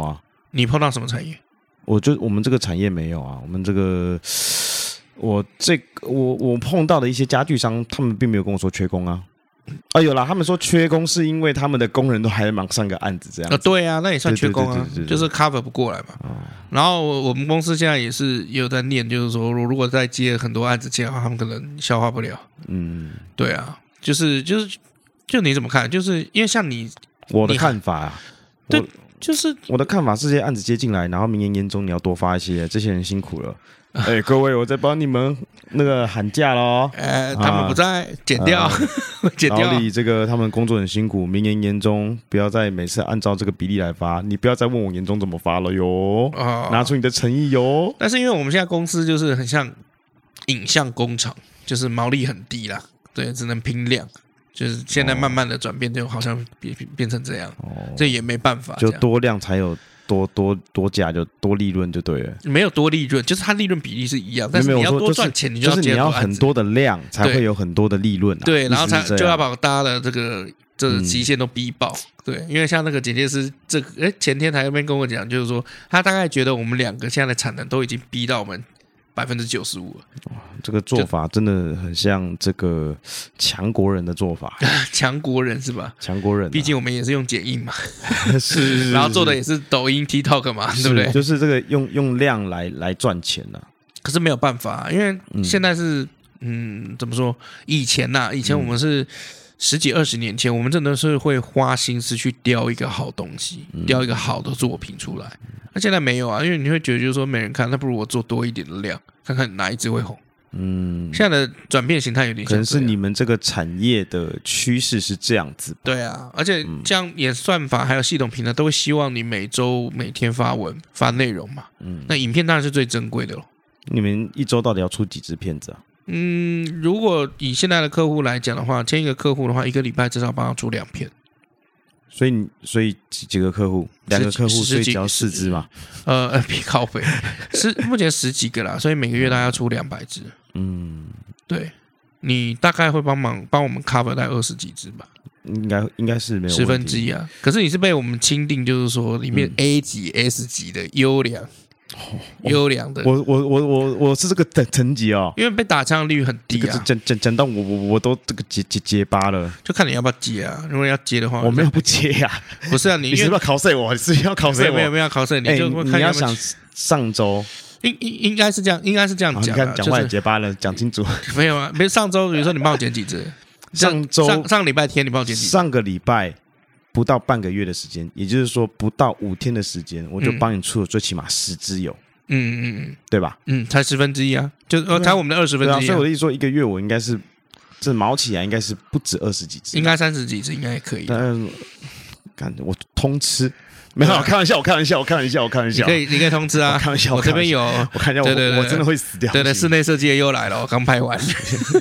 你碰到什么产业？ 我就我们这个产业没有啊，我们这个我这我我碰到的一些家具商，他们并没有跟我说缺工啊。啊，有啦，他们说缺工是因为他们的工人都还在忙上个案子这样子。 啊，对啊，那也算缺工啊， 对对对对对对就是 cover 不过来嘛。哦、然后我们公司现在也是也有在念，就是说如果再接很多案子进来的话，他们可能消化不了。嗯，对啊，就是就是就你怎么看？就是因为像你， 我的看法啊， 对，就是我的看法，这些案子接进来，然后明年年中你要多发一些，这些人辛苦了。哎、欸，各位，我在帮你们那个喊价喽。 呃，他们不在，剪掉，呃、剪掉。 老李，这个他们工作很辛苦，明年年中不要再每次按照这个比例来发，你不要再问我年终怎么发了哟。哦、拿出你的诚意哟。 但是因为我们现在公司就是很像影像工厂，就是毛利很低啦，对，只能拼量。就是现在慢慢的转变，就好像变变成这样，哦、这也没办法， 就多量才有。多多多价就多利润就对了， 没有多利润，就是它利润比例是一样，但是你要多赚钱，你就要、就是、你要很多的量才会有很多的利润、啊， 对，然后才就要把大家的这个这个极限都逼爆，嗯、对，因为像那个剪接师，这个哎前天台那边跟我讲，就是说他大概觉得我们两个现在的产能都已经逼到我们百分之九十五了。 这个做法真的很像这个强国人的做法， 强国人是吧？ 强国人、啊， 毕竟我们也是用剪映嘛， 是, 是, 是, 是， 然后做的也是抖音 TikTok 嘛，对不对？ 就是这个用用量来来赚钱呐、啊。 可是没有办法，因为现在是嗯, 嗯，怎么说？以前呐、啊，以前我们是。十几二十年前，我们真的是会花心思去雕一个好东西，雕一个好的作品出来。那现在没有啊，因为你会觉得就是说没人看，那不如我做多一点的量，看看哪一支会红。嗯，现在的转变形态有点像， 可能是你们这个产业的趋势是这样子。 对啊，而且像演算法还有系统平台都会希望你每周每天发文发内容嘛。嗯，那影片当然是最珍贵的咯。 你们一周到底要出几支片子啊？ 嗯，如果以现在的客户来讲的话，签一个客户的话，一个礼拜至少帮他出两片。 所以，所以几几个客户，两个客户，所以只要四支嘛。 呃，比靠北，十目前十几个啦，所以每个月大概要出两百支。嗯，对，你大概会帮忙帮我们 cover 在二十几支吧？ 应该应该是没有十分之一啊。可是你是被我们钦定，就是说里面 A 级、嗯、S 级的优良。优良的， 我我我我我是这个等层级哦， 因为被打枪率很低啊， 讲讲讲到我我我都这个结结结巴了， 就看你要不要接啊。如果要接的话， 我没有不接呀、啊， 不是啊，你你是不是要考试我？你是要考试我？ 没有没有要考试，你就看、 欸、你要想上周应应应该是这样，应该是这样讲、啊。 你看讲话也结巴了，讲、就是、清楚。 没有啊，没上周比如说你帮我剪几支， 上周上上礼拜天你帮我剪几支， 上个礼拜。不到半个月的时间，也就是说不到五天的时间，我就帮你出了最起码十支油。嗯嗯嗯，对吧？ 嗯，才十分之一啊，就呃才我们的二十分之一、啊啊。 所以我的意思说，一个月我应该是这毛起来应该是不止二十几支， 应该三十几支，应该也可以。 但看我通吃，没有，我开玩笑，我开玩笑，我开玩笑，我开玩笑。 你可以，你可以通吃啊， 开玩笑， 我这边有， 我看一下， 对对对， 我真的会死掉。 对对，室内设计又来了，我刚拍完。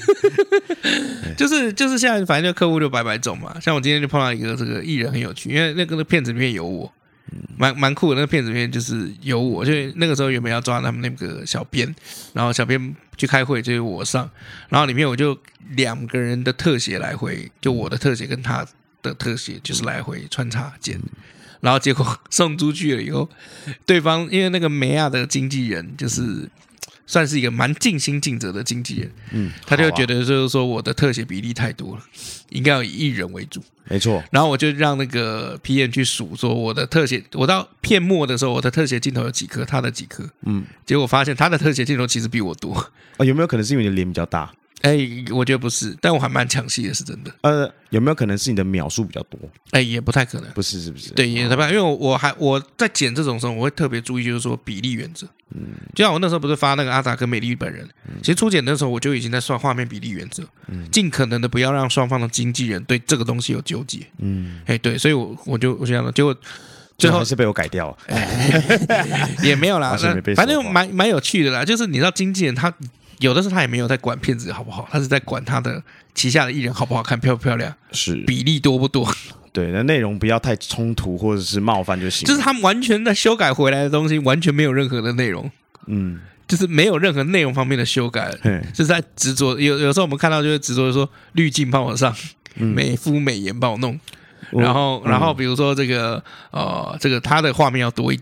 就是就是现在，反正就客户就百百种嘛。像我今天就碰到一个这个艺人很有趣，因为那个片子里面有我。蛮蛮酷的，那个片子里面就是有我，就那个时候原本要抓他们那个小编，然后小编去开会，就是我上，然后里面我就两个人的特写来回，就我的特写跟他的特写就是来回穿插剪，然后结果送出去了以后，对方因为那个梅亚的经纪人就是算是一个蛮尽心尽责的经纪人，嗯，他就觉得就是说我的特写比例太多了，应该要以艺人为主。 没错， 然后我就让那个 P M 去数，说我的特写，我到片末的时候，我的特写镜头有几颗，他的几颗，嗯，结果发现他的特写镜头其实比我多。 啊，有没有可能是因为你的脸比较大？ 哎，我觉得不是，但我还蛮抢戏的，是真的。 呃，有没有可能是你的秒数比较多？ 哎，也不太可能， 不是，是不是？ 对，也不太，因为我我还我在剪这种时候，我会特别注意，就是说比例原则。嗯，就像我那时候不是发那个阿达跟美丽本人，嗯、其实初剪的时候我就已经在算画面比例原则，嗯，尽可能的不要让双方的经纪人对这个东西有纠结。嗯，哎，对，所以我我就我就想，结果最后还是被我改掉了， 也没有啦，反正蛮蛮有趣的啦，就是你知道经纪人他。有的是他也没有在管片子好不好，他是在管他的旗下的艺人好不好看、漂不漂亮， 是比例多不多。 对，那内容不要太冲突或者是冒犯就行。 就是他们完全在修改回来的东西，完全没有任何的内容，嗯，就是没有任何内容方面的修改，就是在执着。有有时候我们看到就会执着说滤镜帮我上，嗯、美肤美颜帮我弄，然后然后比如说这个呃这个他的画面要多一点。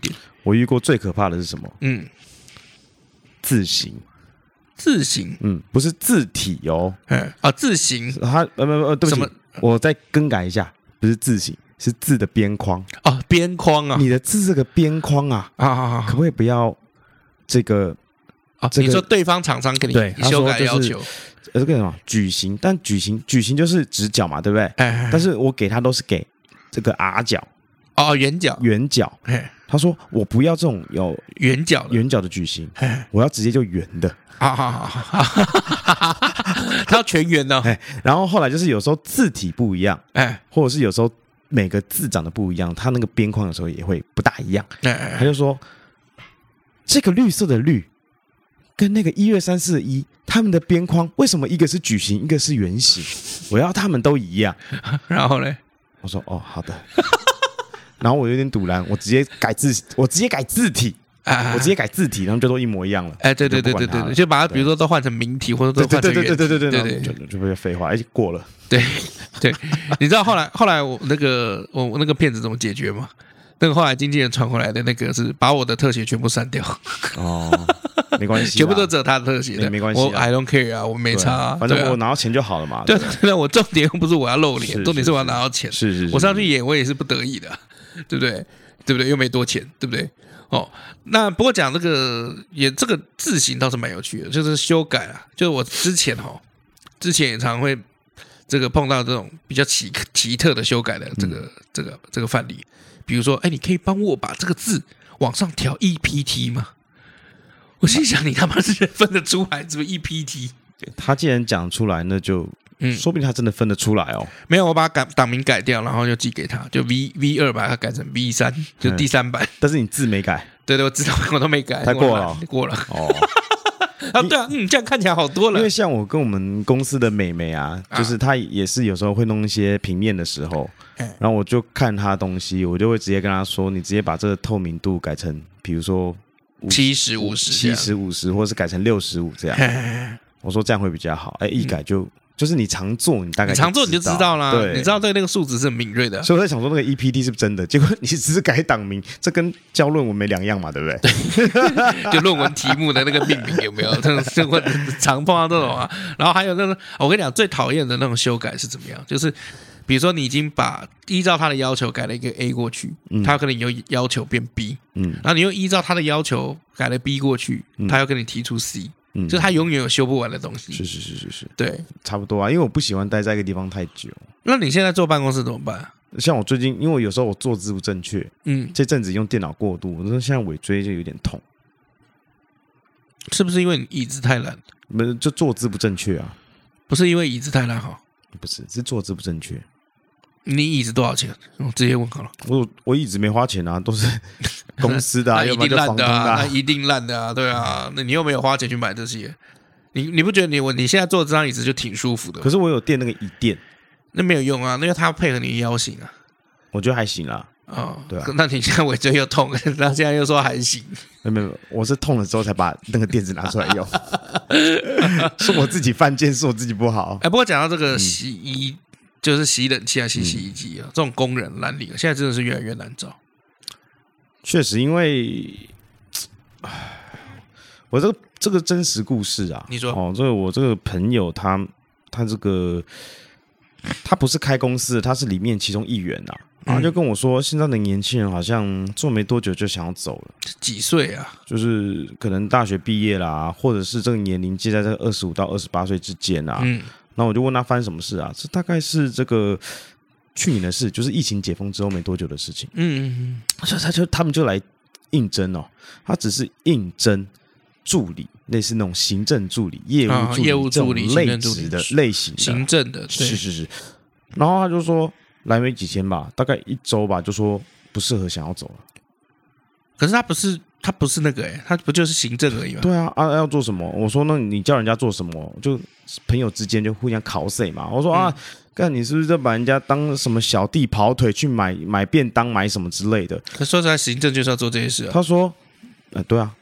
我遇过最可怕的是什么？嗯，字形。 字形， 嗯，不是字体哦， 嗯啊，字形， 它呃不呃，对不起，我再更改一下，不是字形，是字的边框哦，边框啊， 你的字这个边框啊，啊啊啊，可不可以不要这个啊？这个、你说对方厂商给你修改要求， 呃，这个什么矩形，但矩形矩形就是直角嘛，对不对？哎，但是我给他都是给这个 R 角， 哦，圆角， 圆角，他说我不要这种有圆角的圆角的矩形，我要直接就圆的。啊哈哈哈！它要全圆的、哦。 然后后来就是有时候字体不一样，哎，或者是有时候每个字长得不一样，它那个边框有时候也会不大一样。哎，他就说这个绿色的绿跟那个一二三四的一，他们的边框为什么一个是矩形，一个是圆形？我要他们都一样。 然后呢， 我说哦，好的。然后我有点堵然，我直接改字，我直接改字体。啊、我直接改字体，然后就都一模一样了。 哎，对对对对对对，就把它比如说都换成明体，或者都换成圆体。 对对对对对对对，就就被废话，哎，过了。 对对，你知道后来后来我那个我我那个骗子怎么解决吗？那个后来经纪人传回来的那个是把我的特写全部删掉。 哦，没关系， 全部都只有他的特写的， 没关系。 我 I don't care 啊，我没差、啊， 反正我拿到钱就好了嘛。 对对，我重点又不是我要露脸，重点是我要拿到钱。 是是是， 我上去演我也是不得已的，对不对？对不对？又没多钱，对不对？哦，那不过讲这个也这个字形倒是蛮有趣的，就是修改啊，就是我之前哈、哦，之前也常会这个碰到这种比较奇奇特的修改的这个、嗯、这个这个范例，比如说，哎，你可以帮我把这个字往上调 E P T 吗？我心想，你他妈是分得出来是不是 E P T？ 他既然讲出来，那就。嗯，说不定他真的分得出来哦。 没有，我把党党名改掉，然后就寄给他，就 V V 二把它改成 V 三，就第三版。 但是你字没改， 对对，我知道，我都没改， 他过了， 过了。哦，啊，对啊，嗯，这样看起来好多了。 因为像我跟我们公司的美眉啊，就是她也是有时候会弄一些平面的时候，然后我就看她东西，我就会直接跟她说，你直接把这个透明度改成，比如说七十五十， 七十五十，或是改成六十五这样。我说这样会比较好。哎，一改就。就是你常做，你大概你常做你就知道啦。 对， 你知道对那个数值是很敏锐的。 所以我在想说，那个 E P T 是不是真的？结果你只是改党名，这跟教论文没两样嘛，对不对？ 对，就论文题目的那个命名有没有？这种会常碰到这种啊。然后还有那个，我跟你讲，最讨厌的那种修改是怎么样？就是比如说你已经把依照他的要求改了一个 A 过去，嗯、他可能又要求变 B， 嗯，然后你又依照他的要求改了 B 过去，嗯、他要跟你提出 C。嗯、就他永远有修不完的东西。 是是是是是， 对， 差不多啊。因为我不喜欢待在一个地方太久。 那你现在坐办公室怎么办？ 像我最近，因为有时候我坐姿不正确，嗯，这阵子用电脑过度，我说现在尾椎就有点痛。 是不是因为你椅子太烂？ 不是，就坐姿不正确啊。 不是因为椅子太烂哈？ 不是，是坐姿不正确。 你椅子多少钱？我直接问好了。 我我椅子没花钱啊，都是公司的、啊， 那一定烂的啊， 那一定烂的啊，对啊，那你又没有花钱去买这些，你你不觉得你我你现在坐这张椅子就挺舒服的？ 可是我有垫那个椅垫， 那没有用啊，那个它配合你的腰型啊。 我觉得还行啦。 哦， 对啊。 那你现在尾椎又痛，然后现在又说还行。 没有没有，我是痛了之后才把那个垫子拿出来用，是我自己犯贱，是我自己不好。 哎，不过讲到这个洗衣。嗯就是洗冷气啊、洗洗衣机啊，嗯、这种工人蓝领，现在真的是越来越难找。 确实，因为我这个这个真实故事啊， 你说哦，这个我这个朋友他他这个他不是开公司的，他是里面其中一员啊，然后就跟我说，现在的年轻人好像做没多久就想要走了。 几岁啊？ 就是可能大学毕业啦，或者是这个年龄介在这个二十五到二十八岁之间啊。嗯。那我就问他发生什么事啊？这大概是这个去年的事，就是疫情解封之后没多久的事情。嗯嗯嗯，所以他就他们就来应征哦，他只是应征助理，类似那种行政助理、业务助理、 业务助理类职的类型的行政的， 是是是。然后他就说来没几天吧，大概一周吧，就说不适合，想要走了。 可是他不是。他不是那个哎、欸，他不就是行政而已吗？ 对啊，啊要做什么？我说那你叫人家做什么？就朋友之间就互相考谁嘛。我说啊，干、嗯、你是不是在把人家当什么小弟跑腿去买买便当买什么之类的？ 可说出来，行政就是要做这些事啊。 他说，呃，对啊，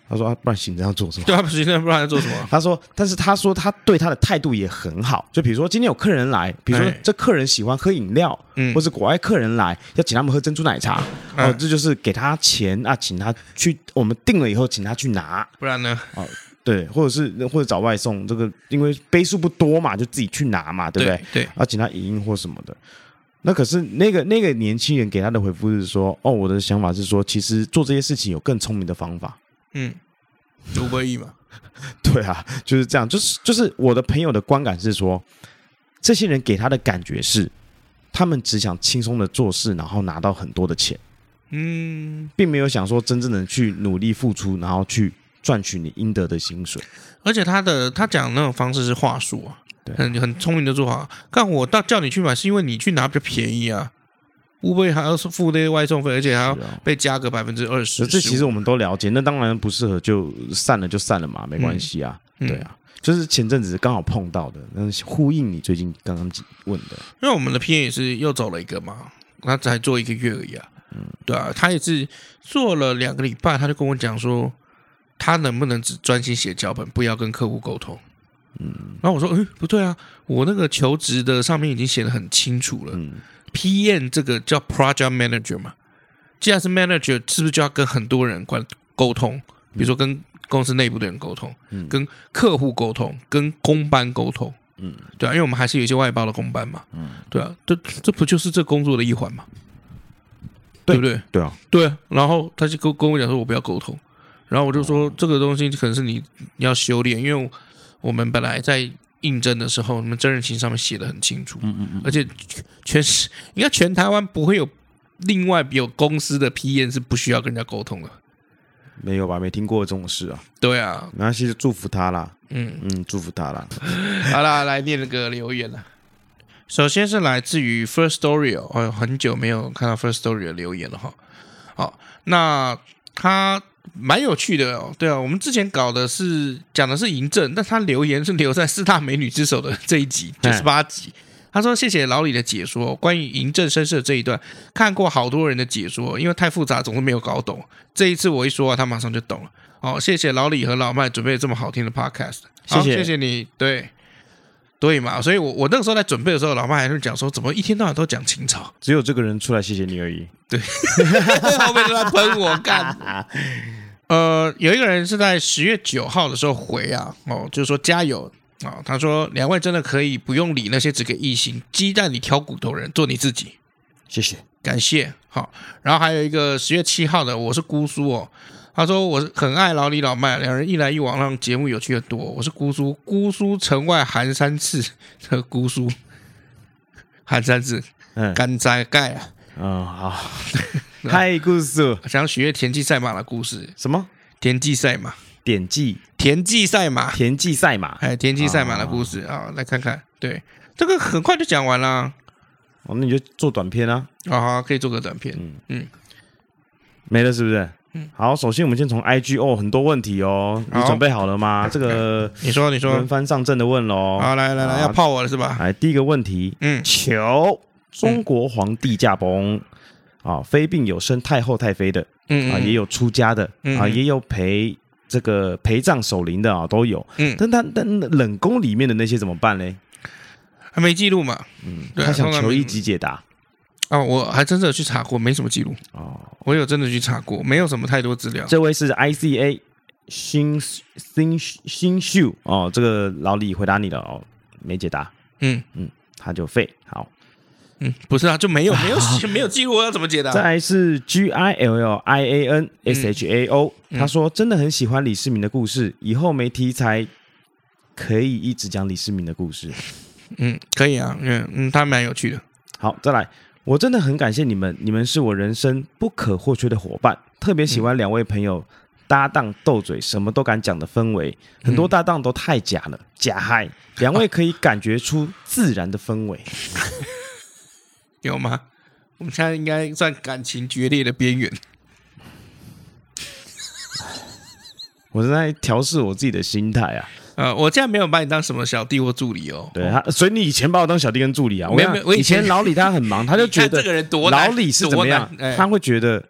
他说、啊、不然行政要做什么？ 对啊，不行政不然要做什么？ 他说，但是他说他对他的态度也很好，就比如说今天有客人来，比如说这客人喜欢喝饮料，嗯，或是国外客人来要请他们喝珍珠奶茶，嗯、哦，这就是给他钱啊，请他去，我们订了以后请他去拿， 不然呢？ 哦，对，或者是或者找外送，这个因为杯数不多嘛，就自己去拿嘛，对不对？ 对，对啊，请他影印或什么的。那可是那个那个年轻人给他的回复是说，哦，我的想法是说，其实做这些事情有更聪明的方法。 嗯，五百亿嘛， 对啊，就是这样，就是就是我的朋友的观感是说，这些人给他的感觉是，他们只想轻松的做事，然后拿到很多的钱，嗯，并没有想说真正的去努力付出，然后去赚取你应得的薪水。 而且他的他讲的那种方式是话术啊，对，很很聪明的做法。干我到叫你去买，是因为你去拿比较便宜啊。Uber还要付那些外送费，而且还要被加个百分之二十。 这其实我们都了解，那当然不适合就散了就散了嘛，没关系啊。嗯、对啊，就是前阵子刚好碰到的，那呼应你最近刚刚问的。 因为我们的 P M 也是又走了一个嘛，他才做一个月而已啊。嗯，对啊，他也是做了两个礼拜，他就跟我讲说，他能不能只专心写脚本，不要跟客户沟通。嗯，然后我说，嗯，不对啊，我那个求职的上面已经写得很清楚了。嗯。P M 这个叫 Project Manager 嘛，既然是 Manager， 是不是就要跟很多人关沟通？比如说跟公司内部的人沟通，嗯、跟客户沟通，跟公班沟通，嗯，对啊，因为我们还是有一些外包的公班嘛，嗯，对啊，这这不就是这工作的一环嘛，对不对？ 对啊， 对啊。然后他就跟跟我讲说，我不要沟通，然后我就说这个东西可能是你你要修炼，因为我们本来在应征的时候，你们真人情上面写的很清楚，嗯嗯嗯，而且全是应该全台湾不会有另外有公司的 P M 是不需要跟人家沟通的， 没有吧？没听过这种事啊。 对啊， 没关系，就祝福他啦。嗯嗯，祝福他啦。 好啦，来念那个留言了。首先是来自于 First Story 哦，哦很久没有看到 First Story 的留言了哈。好，那他。蛮有趣的哦，对啊，我们之前搞的是讲的是嬴政，但他留言是留在四大美女之首的这一集九十八集。他说：“谢谢老李的解说，关于嬴政身世的这一段，看过好多人的解说，因为太复杂，总是没有搞懂。这一次我一说、啊，他马上就懂了。哦，谢谢老李和老麦准备这么好听的 podcast， 谢谢谢谢你，对对嘛。所以我我那个时候在准备的时候，老麦还是讲说，怎么一天到晚都讲清朝， 只有这个人出来谢谢你而已。 对，后面都在喷我干。”呃，有一个人是在十月九号的时候回啊，哦，就是说加油啊、哦，他说两位真的可以不用理那些只给异性鸡蛋里挑骨头人，做你自己， 谢谢， 感谢。好，然后还有一个十月七号的，我是姑苏哦，他说我很爱老李老麦，两人一来一往让节目有趣的多。我是姑苏，姑苏城外寒山寺的姑苏，寒山寺，嗯，干斋盖啊， 嗯，好。嗨，故事想学田忌赛马的故事。 什么？ 田忌赛马？ 典技？ 田忌赛马？ 田忌赛马？ 哎，田忌赛马的故事啊、哦，来看看。对，这个很快就讲完了。 哦，那你就做短片啊。 啊、哦，好，可以做个短片。嗯嗯， 没了是不是？嗯。好，首先我们先从 I G 哦，很多问题哦，你准备好了吗？这个你说你说， 轮番上阵的问喽。 好，来来来，要泡我了是吧？ 来，第一个问题，嗯，求中国皇帝驾崩。啊，非病有生太后太妃的，嗯啊，也有出家的，嗯、啊，也有陪这个陪葬守灵的啊，都有。嗯，但但但冷宫里面的那些怎么办呢？ 还没记录嘛？ 嗯，他想求一级解答。 哦，我还真的有去查过，没什么记录。哦，我有真的去查过，没有什么太多资料。 这位是 I C A 新新新秀哦，这个老李回答你了哦，没解答。嗯嗯，他就废好。 嗯，不是啊，就没有没有没有记录，要怎么解答？ 再来是 G I L L I A N S H A O，、嗯、他说真的很喜欢李世民的故事，以后没题材可以一直讲李世民的故事。 嗯，可以啊，嗯嗯，他蛮有趣的。 好，再来，我真的很感谢你们，你们是我人生不可或缺的伙伴，特别喜欢两位朋友搭档斗嘴，什么都敢讲的氛围，很多搭档都太假了，假嗨，两位可以感觉出自然的氛围。 有吗？我们现在应该算感情决裂的边缘。 我是在调试我自己的心态啊。 呃，我现在没有把你当什么小弟或助理哦。 对，他，所以你以前把我当小弟跟助理啊。没有，没有，以前老李他很忙，他就觉得这个人多老李是怎么样，他会觉得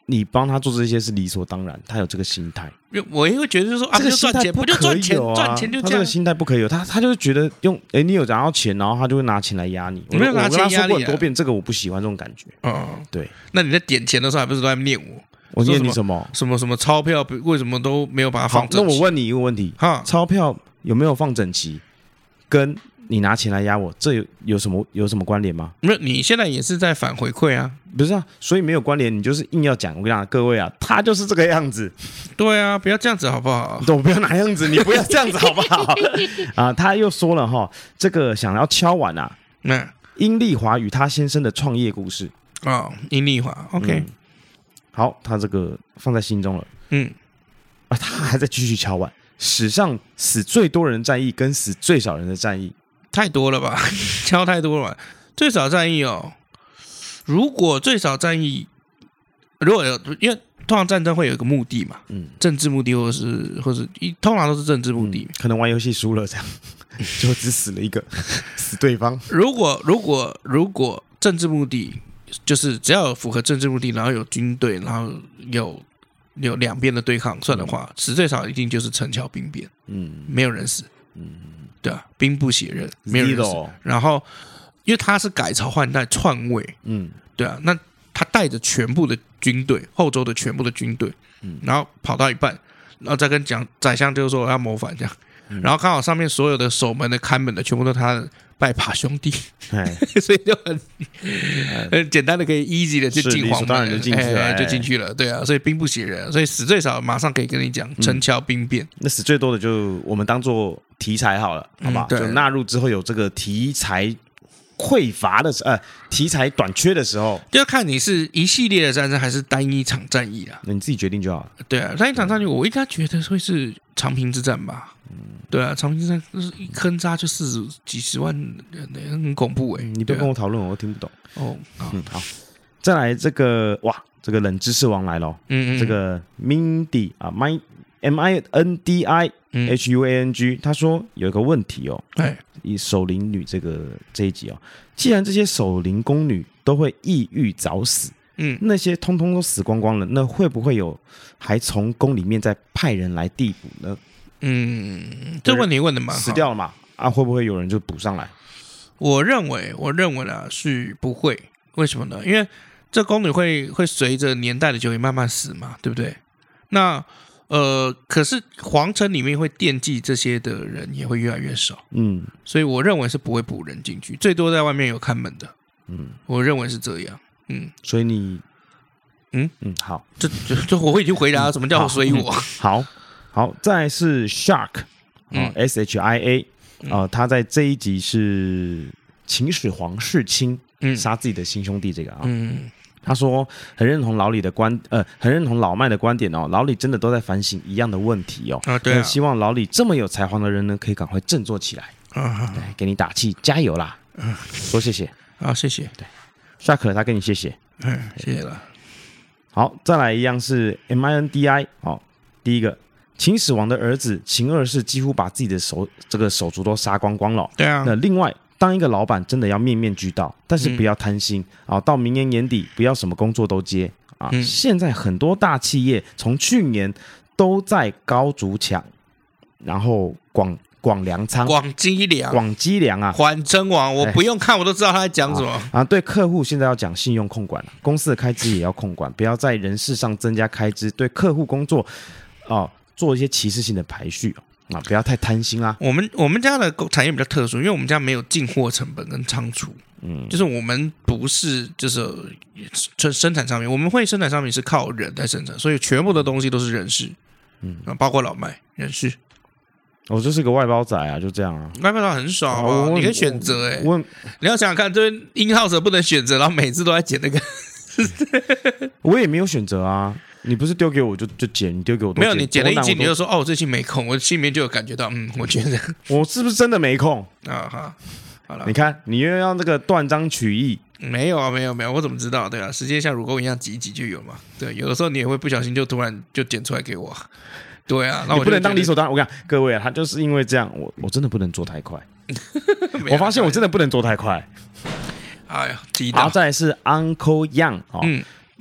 你帮他做这些是理所当然，他有这个心态。 我也会觉得就是说啊， 这个心态不就赚钱， 啊、 赚钱就这样。 他这个心态不可以有，他他就是觉得用，哎，你有拿到钱，然后他就会拿钱来压你。 我没有拿钱压你、啊。 我跟他说过很多遍，这个我不喜欢这种感觉。 哦， 对。 那你在点钱的时候，还不是都在念我？ 我念你什么？ 什么什么钞票为什么都没有把它放整齐？ 那我问你一个问题：哈，钞票有没有放整齐？跟你拿钱来压我，这有有什么有什么关联吗？ 没有，你现在也是在反回馈啊， 不是啊，所以没有关联，你就是硬要讲。我跟你讲，各位啊，他就是这个样子。 对啊，不要这样子好不好？ 我不要哪样子，你不要这样子好不好？啊，他又说了哈，这个想要敲碗啊， 那殷丽华与他先生的创业故事哦，殷丽华 ，OK，、嗯、 好，他这个放在心中了，嗯，啊，他还在继续敲碗，史上死最多人的战役跟死最少人的战役。 太多了吧，敲太多了吧。最少战役哦，如果最少战役，如果有，因为通常战争会有一个目的嘛，嗯，政治目的或者是或者通常都是政治目的， 嗯、可能玩游戏输了这样，就只死了一个，死对方。 如果如果如果政治目的就是只要有符合政治目的，然后有军队，然后有有两边的对抗算的话，死、嗯、最少一定就是陈桥兵变，嗯，没有人死，嗯。对啊，兵不血刃，没有人死。然后，因为他是改朝换代篡位，嗯，对啊，那他带着全部的军队，后周的全部的军队，嗯，然后跑到一半，然后再跟讲宰相就说要谋反这样，嗯、然后刚好上面所有的守门的、看门的，全部都是他的拜把兄弟，所以就很很简单的可以 easy 的就进黄门， 就进去了、 哎，就进去了。对啊，所以兵不血刃，所以死最少，马上可以跟你讲陈桥兵变、 嗯。那死最多的就我们当做题材好了，好吧、嗯？就纳入之后有这个题材匮乏的时候，呃，题材短缺的时候， 就要看你是一系列的战争还是单一场战役啊。 那你自己决定就好了。 对啊，单一场战役，我应该觉得会是长平之战吧。嗯，对啊，长平之战就是一坑渣就四十几十万人，很恐怖哎、欸。 你不要跟我讨论，我听不懂。 哦， 嗯，好，再来这个哇，这个冷知识王来了。嗯嗯，这个 Mindy 啊 ，My M I N D I H U A N G， 他说有一个问题哦，哎，以守灵女这个这一集哦，既然这些守灵宫女都会抑郁早死，嗯，那些通通都死光光了，那会不会有还从宫里面再派人来递补呢？ 嗯，这问题问的蛮好， 死掉了嘛？啊，会不会有人就补上来？ 我认为，我认为啦是不会，为什么呢？因为这宫女会会随着年代的久远慢慢死嘛，对不对？那呃，可是皇城里面会惦记这些的人也会越来越少，嗯，所以我认为是不会补人进去，最多在外面有看门的，嗯，我认为是这样，嗯， 所以你， 嗯嗯，好， 这这这我已经回答了什么叫所以我， 好好，再来是 Shark， 嗯、哦、，S H I A， 啊、呃，他在这一集是秦始皇弑亲，嗯，杀自己的亲兄弟这个啊，嗯。他说很认同老李的观，呃，很认同老麦的观点哦。老李真的都在反省一样的问题哦。 啊，对啊。 希望老李这么有才华的人呢，可以赶快振作起来。啊，对，给你打气，加油啦！嗯，说谢谢。 好，谢谢。 对，夏可他跟你谢谢。 嗯，谢谢了。 好，再来一样是 M I N D I 哦。第一个，秦始皇的儿子秦二世几乎把自己的手这个手足都杀光光了。 对啊。 那另外。当一个老板真的要面面俱到，但是不要贪心、嗯、啊！到明年年底不要什么工作都接啊！嗯、现在很多大企业从去年都在高筑墙，然后广广粮仓、 广积粮、 广积粮啊！ 缓称王，我不用看我都知道他在讲什么、 哎、啊！对客户现在要讲信用控管了，公司的开支也要控管，不要在人事上增加开支，对客户工作啊做一些歧视性的排序啊，不要太贪心啦。 我们我们家的产业比较特殊，因为我们家没有进货成本跟仓储，嗯，就是我们不是就是生产商品，我们会生产商品是靠人在生产，所以全部的东西都是人事，嗯，包括老麦人事。 我、哦、就是个外包仔啊，就这样啊。 外包仔很少啊，哦、你可以选择哎、欸，你要想想看，这边英浩者不能选择，然后每次都在捡那个， 我也没有选择啊。你不是丢给我就就剪，你丢给我没有，你剪了一集你就说哦，我这期没空，我心里面就有感觉到，嗯，我觉得我是不是真的没空啊？哈，好了， 你看你又要那个断章取义， 没有啊，没有没有，我怎么知道？对啊，时间像乳沟一样挤一挤就有嘛。对，有的时候你也会不小心就突然就剪出来给我。对啊，那我你不能当理所当然。我跟你讲，各位啊，他就是因为这样，我我真的不能做太快。我发现我真的不能做太快。 哎呀， 好，再来是 Uncle Yang 哦。嗯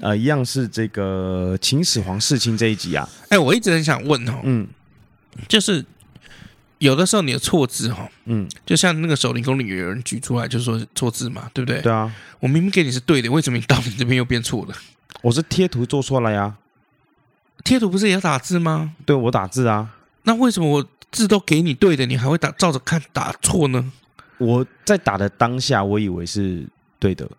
呃，一样是这个秦始皇弑亲这一集啊。 哎，我一直很想问哦，嗯，就是有的时候你的错字哈，嗯，就像那个守灵宫里有人举出来，就说错字嘛，对不对？ 对啊， 我明明给你是对的，为什么你到你这边又变错了？ 我是贴图做出来呀， 贴图不是也要打字吗？ 对，我打字啊。 那为什么我字都给你对的，你还会打照着看打错呢？ 我在打的当下，我以为是对的。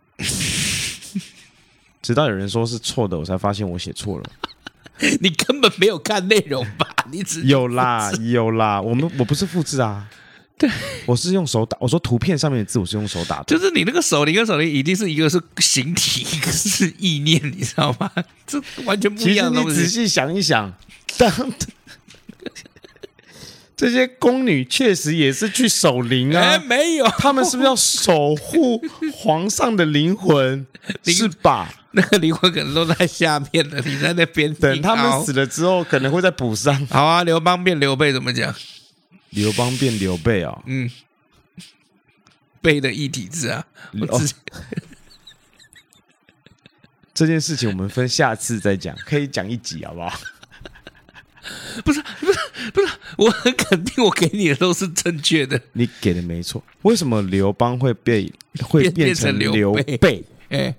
直到有人说是错的，我才发现我写错了。 你根本没有看内容吧？你只有啦有啦，我们我不是复制啊， 对， 我是用手打。我说图片上面的字我是用手打的， 就是你那个手灵跟手灵一定是一个是形体，一个是意念，你知道吗？这完全不一样的东西。 其实你仔细想一想，当这些宫女确实也是去守灵啊， 哎，没有， 他们是不是要守护皇上的灵魂？是吧？ 那个灵魂可能都在下面的，你在那边等他们死了之后，可能会再补上。 好啊，刘邦变刘备怎么讲？ 刘邦变刘备啊、哦， 嗯，备的一体字啊。 哦、这件事情我们分下次再讲，可以讲一集好不好？ 不是不是不是，我很肯定我给你的都是正确的。 你给的没错。为什么刘邦会被会变成刘备？哎，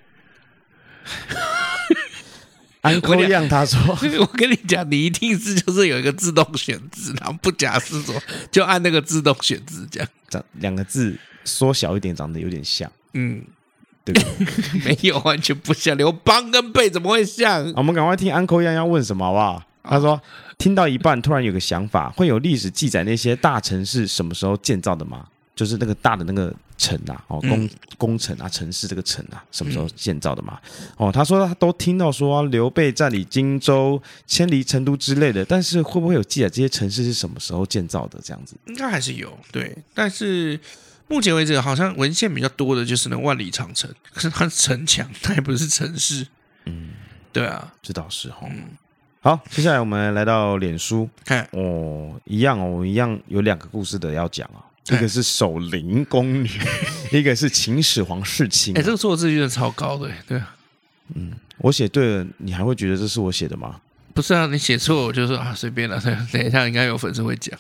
安扣样他说， 我跟你讲，你一定是就是有一个自动选字，然后不假思索就按那个自动选字这样。 长两个字缩小一点，长得有点像。嗯。对不对？ 没有，完全不像。刘邦跟备怎么会像？ 我们赶快听安扣样要问什么好不好？他说：“听到一半，突然有个想法，会有历史记载那些大城市什么时候建造的吗？就是那个大的那个城啊，哦，工工程啊，城市这个城啊，什么时候建造的嘛？哦，他说他都听到说、啊、刘备占领荆州、迁离成都之类的，但是会不会有记载这些城市是什么时候建造的？这样子应该还是有，对，但是。”目前为止，好像文献比较多的就是那万里长城，可是它是城墙，它也不是城市。嗯，对啊， 这倒是哈、哦。嗯、好，接下来我们来到脸书，看哦，一样哦，一样有两个故事的要讲啊、哦，一个是守灵宫女，一个是秦始皇弑亲、啊。 哎，这个错字真的超高的，对啊。 嗯，我写对了，你还会觉得这是我写的吗？ 不是啊，你写错我就说啊，随便了，等一下应该有粉丝会讲。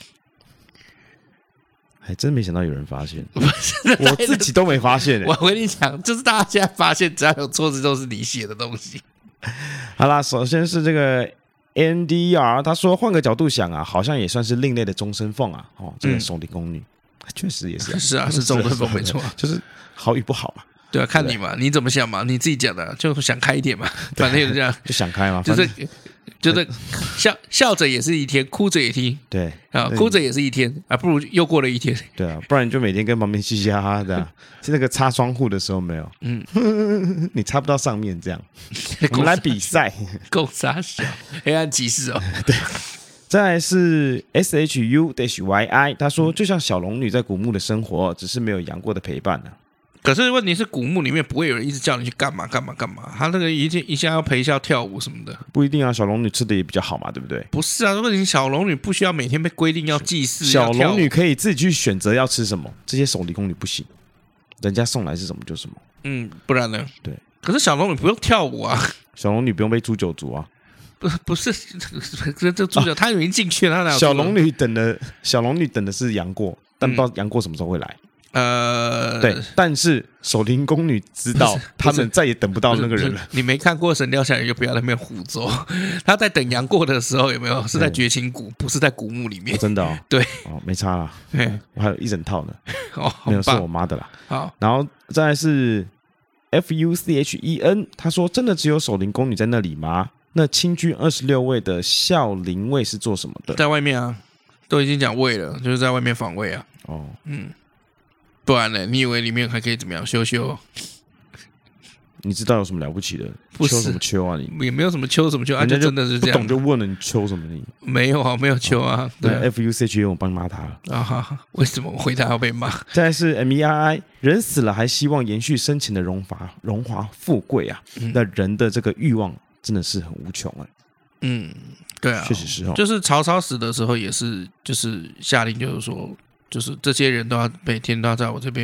还真没想到有人发现，我自己都没发现、欸。 我跟你讲，就是大家现在发现，只要有错字都是你写的东西。 好啦，首先是这个 N D R， 他说换个角度想啊，好像也算是另类的终身凤啊。哦，这个守灵宫女，确、嗯、实也是、啊， 是啊，是终身凤没错， 就是好与不好嘛。 对啊，看你嘛，你怎么想嘛，你自己讲的，就想开一点嘛，反正就是这样， 就想开嘛， 就是。就是笑笑着也是一天，哭着也一天， 对啊，哭着也是一天啊，不如又过了一天， 对啊，不然你就每天跟旁边嘻嘻哈哈的、啊，是那个擦窗户的时候没有，嗯，你擦不到上面这样，我们来比赛， 够傻小，黑暗骑士哦， 对，再来是 S H U Y I， 他说就像小龙女在古墓的生活，只是没有杨过的陪伴呢、啊。 可是问题是，古墓里面不会有人一直叫你去干嘛干嘛干嘛，他那个一一下要陪笑跳舞什么的， 不一定啊。小龙女吃的也比较好嘛，对不对？ 不是啊，如果你小龙女不需要每天被规定要祭祀， 小龙女可以自己去选择要吃什么，这些守灵宫女不行，人家送来是什么就什么。 嗯，不然呢？ 对。 可是小龙女不用跳舞啊， 小龙女不用被诛九族啊。 不不是，这这诛九他已经进去了，他哪有小龙女等的小龙女等的是杨过，但不知道杨过什么时候会来。呃，对，但是守灵宫女知道他们再也等不到那个人了。 你没看过《神雕侠侣》，就不要在那边胡诌。他在等杨过的时候，有没有是在绝情谷，不是在古墓里面？ 哦、真的哦， 对， 哦，没差啦，我还有一整套呢。 哦， 没有是我妈的啦。 好， 然后再来是 F U C H E N， 他说：“真的只有守灵宫女在那里吗？那清军二十六位的孝陵尉是做什么的？ 在外面啊，都已经讲卫了，就是在外面防卫啊。哦，嗯。”不然呢？你以为里面还可以怎么样修修？ 你知道有什么了不起的？ 不秋什么秋啊你？ 你也没有什么秋什么秋啊，就真的是这样。 不懂就问了，你秋什么你？ 没有啊，没有秋啊。 对 ，F U C H U 我帮你骂他了啊！为什么我回答要被骂？ 再来是 M E I I， 人死了还希望延续生前的荣华荣华富贵啊！那、嗯、人的这个欲望真的是很无穷哎、欸。 嗯，对啊， 确实是哦。 就是曹操死的时候也是，就是下令就是说。就是这些人都要每天都要在我这边，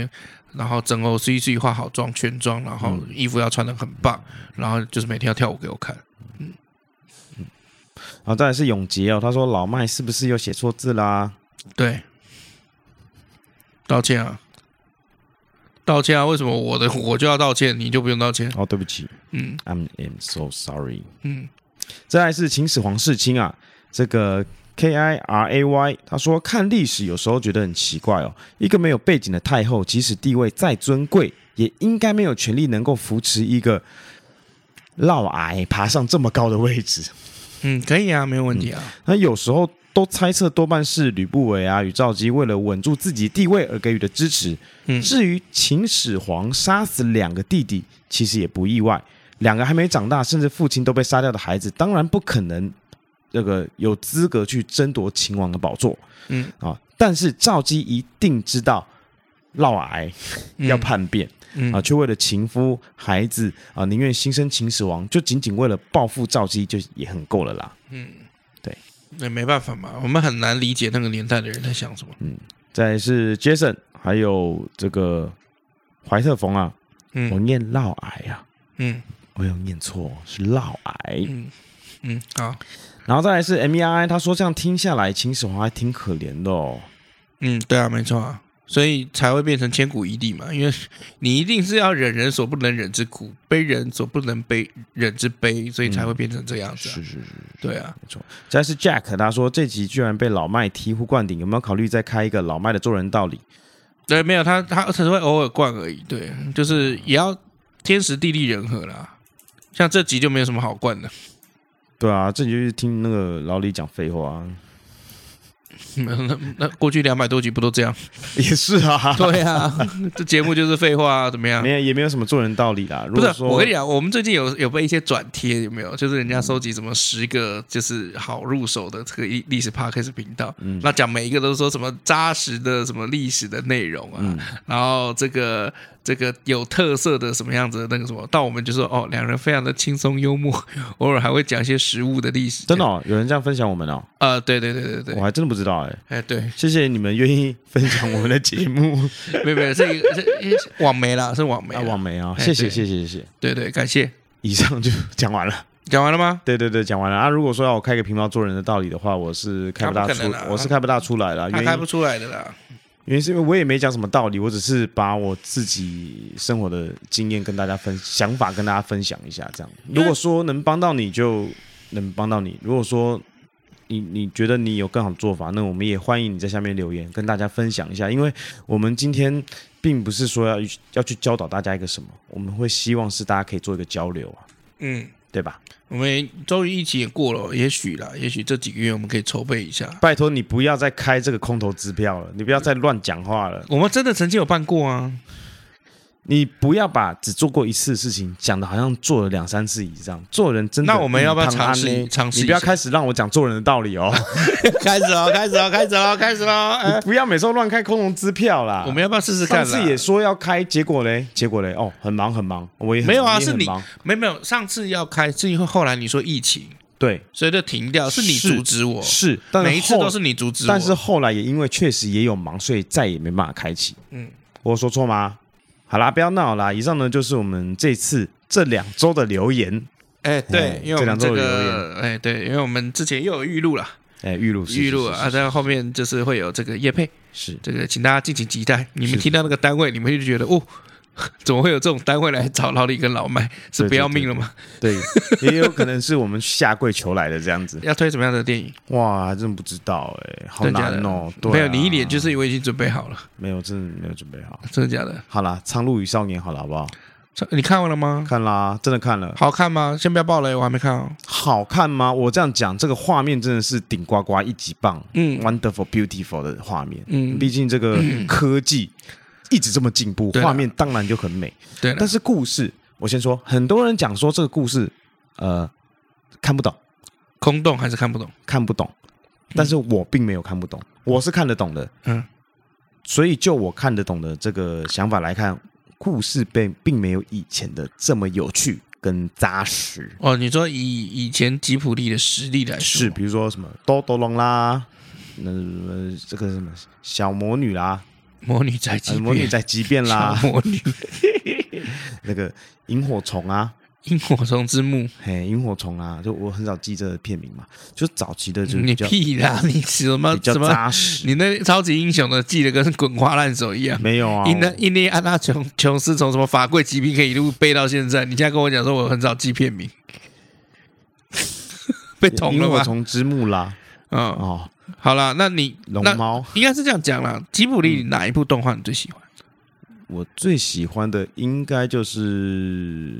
然后整偶 C C 化好妆全妆，然后衣服要穿得很棒，然后就是每天要跳舞给我看。嗯嗯，然后再来是永杰哦，他说老麦是不是又写错字啦？ 对，道歉啊，道歉啊！为什么我的我就要道歉，你就不用道歉？ 哦，对不起， 嗯 ，I'm am so sorry。 嗯， 再来是秦始皇世卿啊，这个 K I R A Y， 他说看历史有时候觉得很奇怪哦，一个没有背景的太后，即使地位再尊贵，也应该没有权利能够扶持一个老矮爬上这么高的位置。 嗯，可以啊，没有问题啊。 那、嗯、有时候都猜测多半是吕不韦啊与赵姬为了稳住自己地位而给予的支持。嗯，至于秦始皇杀死两个弟弟，其实也不意外。两个还没长大，甚至父亲都被杀掉的孩子，当然不可能这个有资格去争夺秦王的宝座。嗯啊，但是赵姬一定知道嫪毐要叛变。嗯啊，却为了情夫孩子啊，宁愿牺牲秦始皇，就仅仅为了报复赵姬，就也很够了啦。嗯，对， 那没办法嘛，我们很难理解那个年代的人在想什么。 嗯，再来是 Jason， 还有这个怀特冯啊，嗯、我念嫪毐啊，嗯，我有念错，是嫪毐。嗯嗯，好， 然后再来是 M E R I， 他说这样听下来，秦始皇还挺可怜的哦。 嗯，对啊，没错啊。所以才会变成千古一帝嘛，因为你一定是要忍人所不能忍之苦，悲人所不能悲忍之悲，所以才会变成这样子、啊嗯。是是是， 对啊，没错。再来是 Jack， 他说这集居然被老麦醍醐灌顶，有没有考虑再开一个老麦的做人道理？ 对，没有，他他只会偶尔灌而已。对，就是也要天时地利人和啦。像这集就没有什么好灌的。 对啊，这集就是听那个老李讲废话、啊。 那那过去两百多集不都这样？ 也是啊， 对啊，这节目就是废话、啊，怎么样？ 没有，也没有什么做人道理啦。 不是，我跟你讲，我们最近有有被一些转贴，有没有？就是人家收集什么十个就是好入手的这个历史 podcast 频道，嗯，那讲每一个都说什么扎实的什么历史的内容啊，嗯、然后这个这个有特色的什么样子的那个什么，到我们就说哦，两人非常的轻松幽默，偶尔还会讲一些实物的历史。 真的、哦，有人这样分享我们哦？ 呃，对对对对对， 我还真的不知道。哎、 欸，对， 谢谢你们愿意分享我们的节目。 没有没有，这个这网媒啦，是网媒啊， 网媒啊，谢谢谢谢谢谢， 对对，感谢。 以上就讲完了， 讲完了吗？ 对对对，讲完了啊。如果说要我开个频道做人的道理的话，我是开不大出，我是开不大出来了， 他开不出来的啦。 原因是因为我也没讲什么道理，我只是把我自己生活的经验跟大家分想法跟大家分享一下，这样。如果说能帮到你就能帮到你，如果说你你觉得你有更好的做法，那我们也欢迎你在下面留言跟大家分享一下，因为我们今天并不是说要要去教导大家一个什么，我们会希望是大家可以做一个交流啊，嗯，对吧？ 我们终于疫情也过了，也许啦，也许这几个月我们可以筹备一下。 拜托你不要再开这个空头支票了，你不要再乱讲话了。 我们真的曾经有办过啊。 你不要把只做过一次的事情讲的好像做了两三次以上，做人真的。 那我们要不要尝试尝试？ 你不要开始让我讲做人的道理哦。 开始了，开始了，开始了，开始了！ 哎、你不要每次都乱开空头支票啦。 我们要不要试试看？ 上次也说要开，结果嘞，结果嘞，哦，很忙很忙，我也很没有啊， 你是你没有没有。上次要开，是因为后来你说疫情， 对， 所以就停掉，是你阻止我， 是，但每一次都是你阻止我。 但是后来也因为确实也有忙，所以再也没办法开启。嗯，我说错吗？好啦，不要闹啦！以上呢就是我们这次这两周的留言。 哎、欸，对，因为我们这个，哎、欸，对，因为我们之前又有预录了， 哎、欸，预录， 预录啊，在后面就是会有这个业配， 是这个，请大家敬请期待。你们听到那个单位，你们就觉得哦，怎么会有这种单位来找老李跟老麦？是不要命了吗？ 对，对对对也有可能是我们下跪求来的这样子。 要推什么样的电影？ 哇，还真不知道哎、欸，好难哦。对啊、 没有，你一脸就是我已经准备好了。 没有，真的没有准备好。 真的假的？ 好啦，《苍鹭与少年》好了，好不好？ 你看完了吗？ 看啦，真的看了。 好看吗？先不要爆雷，我还没看哦。 好看吗？我这样讲，这个画面真的是顶呱呱一级棒，嗯 ，wonderful beautiful 的画面。嗯，毕竟这个科技一直这么进步，画面当然就很美。 对， 但是故事，我先说，很多人讲说这个故事，呃，看不懂， 空洞还是看不懂？ 看不懂。但是我并没有看不懂，我是看得懂的。嗯，所以就我看得懂的这个想法来看。故事并并没有以前的这么有趣跟扎实哦。你说以以前吉普力的实力来说， 是比如说什么多多龙啦，那、呃、这个什么小魔女啦， 魔女宅急便， 魔女宅急便啦， 魔女那个萤火虫啊。 萤火虫之墓， 嘿，萤火虫啊，就我很少记这个片名嘛，就早期的就你屁啦，你什么比较扎实， 你那超级英雄的记得跟滚瓜烂熟一样。 没有啊， 印那印第安纳琼琼斯从什么法柜骑兵可以一路背到现在，你现在跟我讲说我很少记片名，被捅了吗？ 萤火虫之墓啦， 嗯哦，好啦，那你龙猫应该是这样讲啦。吉卜力哪一部动画你最喜欢？ 我最喜欢的应该就是，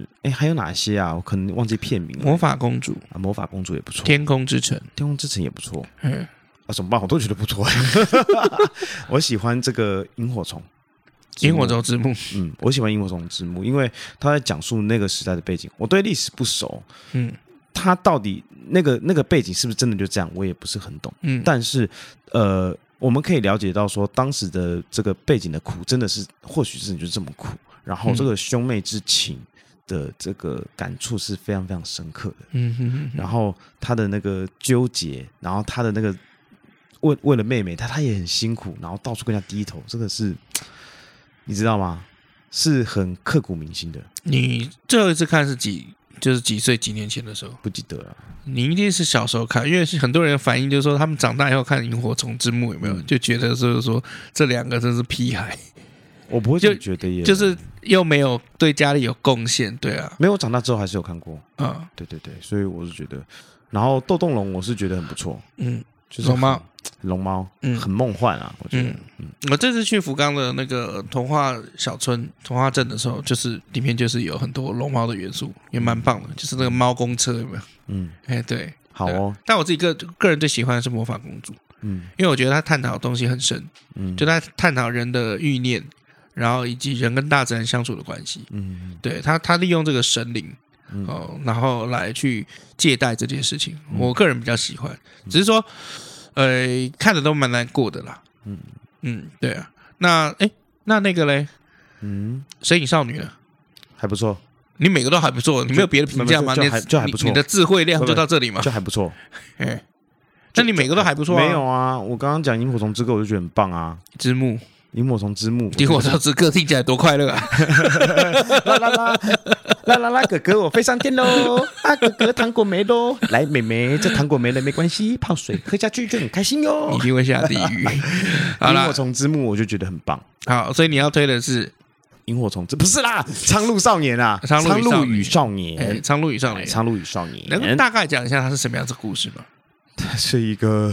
哎，还有哪些啊？我可能忘记片名了。 魔法公主啊，魔法公主也不错。 天空之城， 天空之城也不错。嗯，啊，怎么办？我都觉得不错。我喜欢这个萤火虫， 萤火虫之墓。 嗯，我喜欢萤火虫之墓，因为他在讲述那个时代的背景。我对历史不熟，嗯，他到底那个那个背景是不是真的就这样，我也不是很懂。嗯，但是呃。我们可以了解到说，当时的这个背景的苦，真的是或许真的就是这么苦。然后这个兄妹之情的这个感触是非常非常深刻的。嗯哼哼。然后他的那个纠结，然后他的那个为为了妹妹，他他也很辛苦，然后到处跟人家低头，这个是你知道吗？是很刻骨铭心的。 你最后一次看是几？就是几岁几年前的时候， 不记得了。 你一定是小时候看，因为很多人反映就是说，他们长大以后看《萤火虫之墓》有没有、嗯、就觉得就是说这两个真是屁孩。 我不会这么觉得耶， 就是又没有对家里有贡献，对啊。 没有，长大之后还是有看过。嗯，对对对，所以我是觉得，然后豆洞龙我是觉得很不错。嗯，就是龙猫， 龙猫，嗯，很梦幻啊，我觉得。嗯， 嗯我这次去福冈的那个童话小村、童话镇的时候，就是里面就是有很多龙猫的元素，也蛮棒的。就是那个猫公车有没有？嗯，哎，对， 好哦。 但我自己个个人最喜欢的是魔法公主，嗯，因为我觉得他探讨的东西很深，嗯，就他探讨人的欲念，然后以及人跟大自然相处的关系，嗯，对他他利用这个神灵。哦，然后来去借贷这件事情，我个人比较喜欢，只是说，呃，看的都蛮难过的啦。嗯嗯，对啊。那哎，那那个嘞，嗯，神隐少女呢？ 还不错。 你每个都还不错，你没有别的评价吗？ 就还就还不错。 你的智慧量就到这里吗？ 就还不错。 哎，那你每个都还不错啊？ 没有啊，我刚刚讲萤火虫之歌，我就觉得很棒啊。 之墓。 萤火虫之墓， 萤火虫之歌听起来多快乐啊！ 啦啦啦啦啦啦，哥哥我飞上天喽！啊，哥哥糖果没喽！来，妹妹，这糖果没了没关系，泡水喝下去就很开心哟。 一定会下地狱。 萤火虫之墓我就觉得很棒。 好，所以你要推的是萤火虫之不是啦，苍鹭少年啊，苍鹭与少年， 苍鹭与少年， 苍鹭与少年， 能大概讲一下它是什么样子的故事吗？ 它是一个，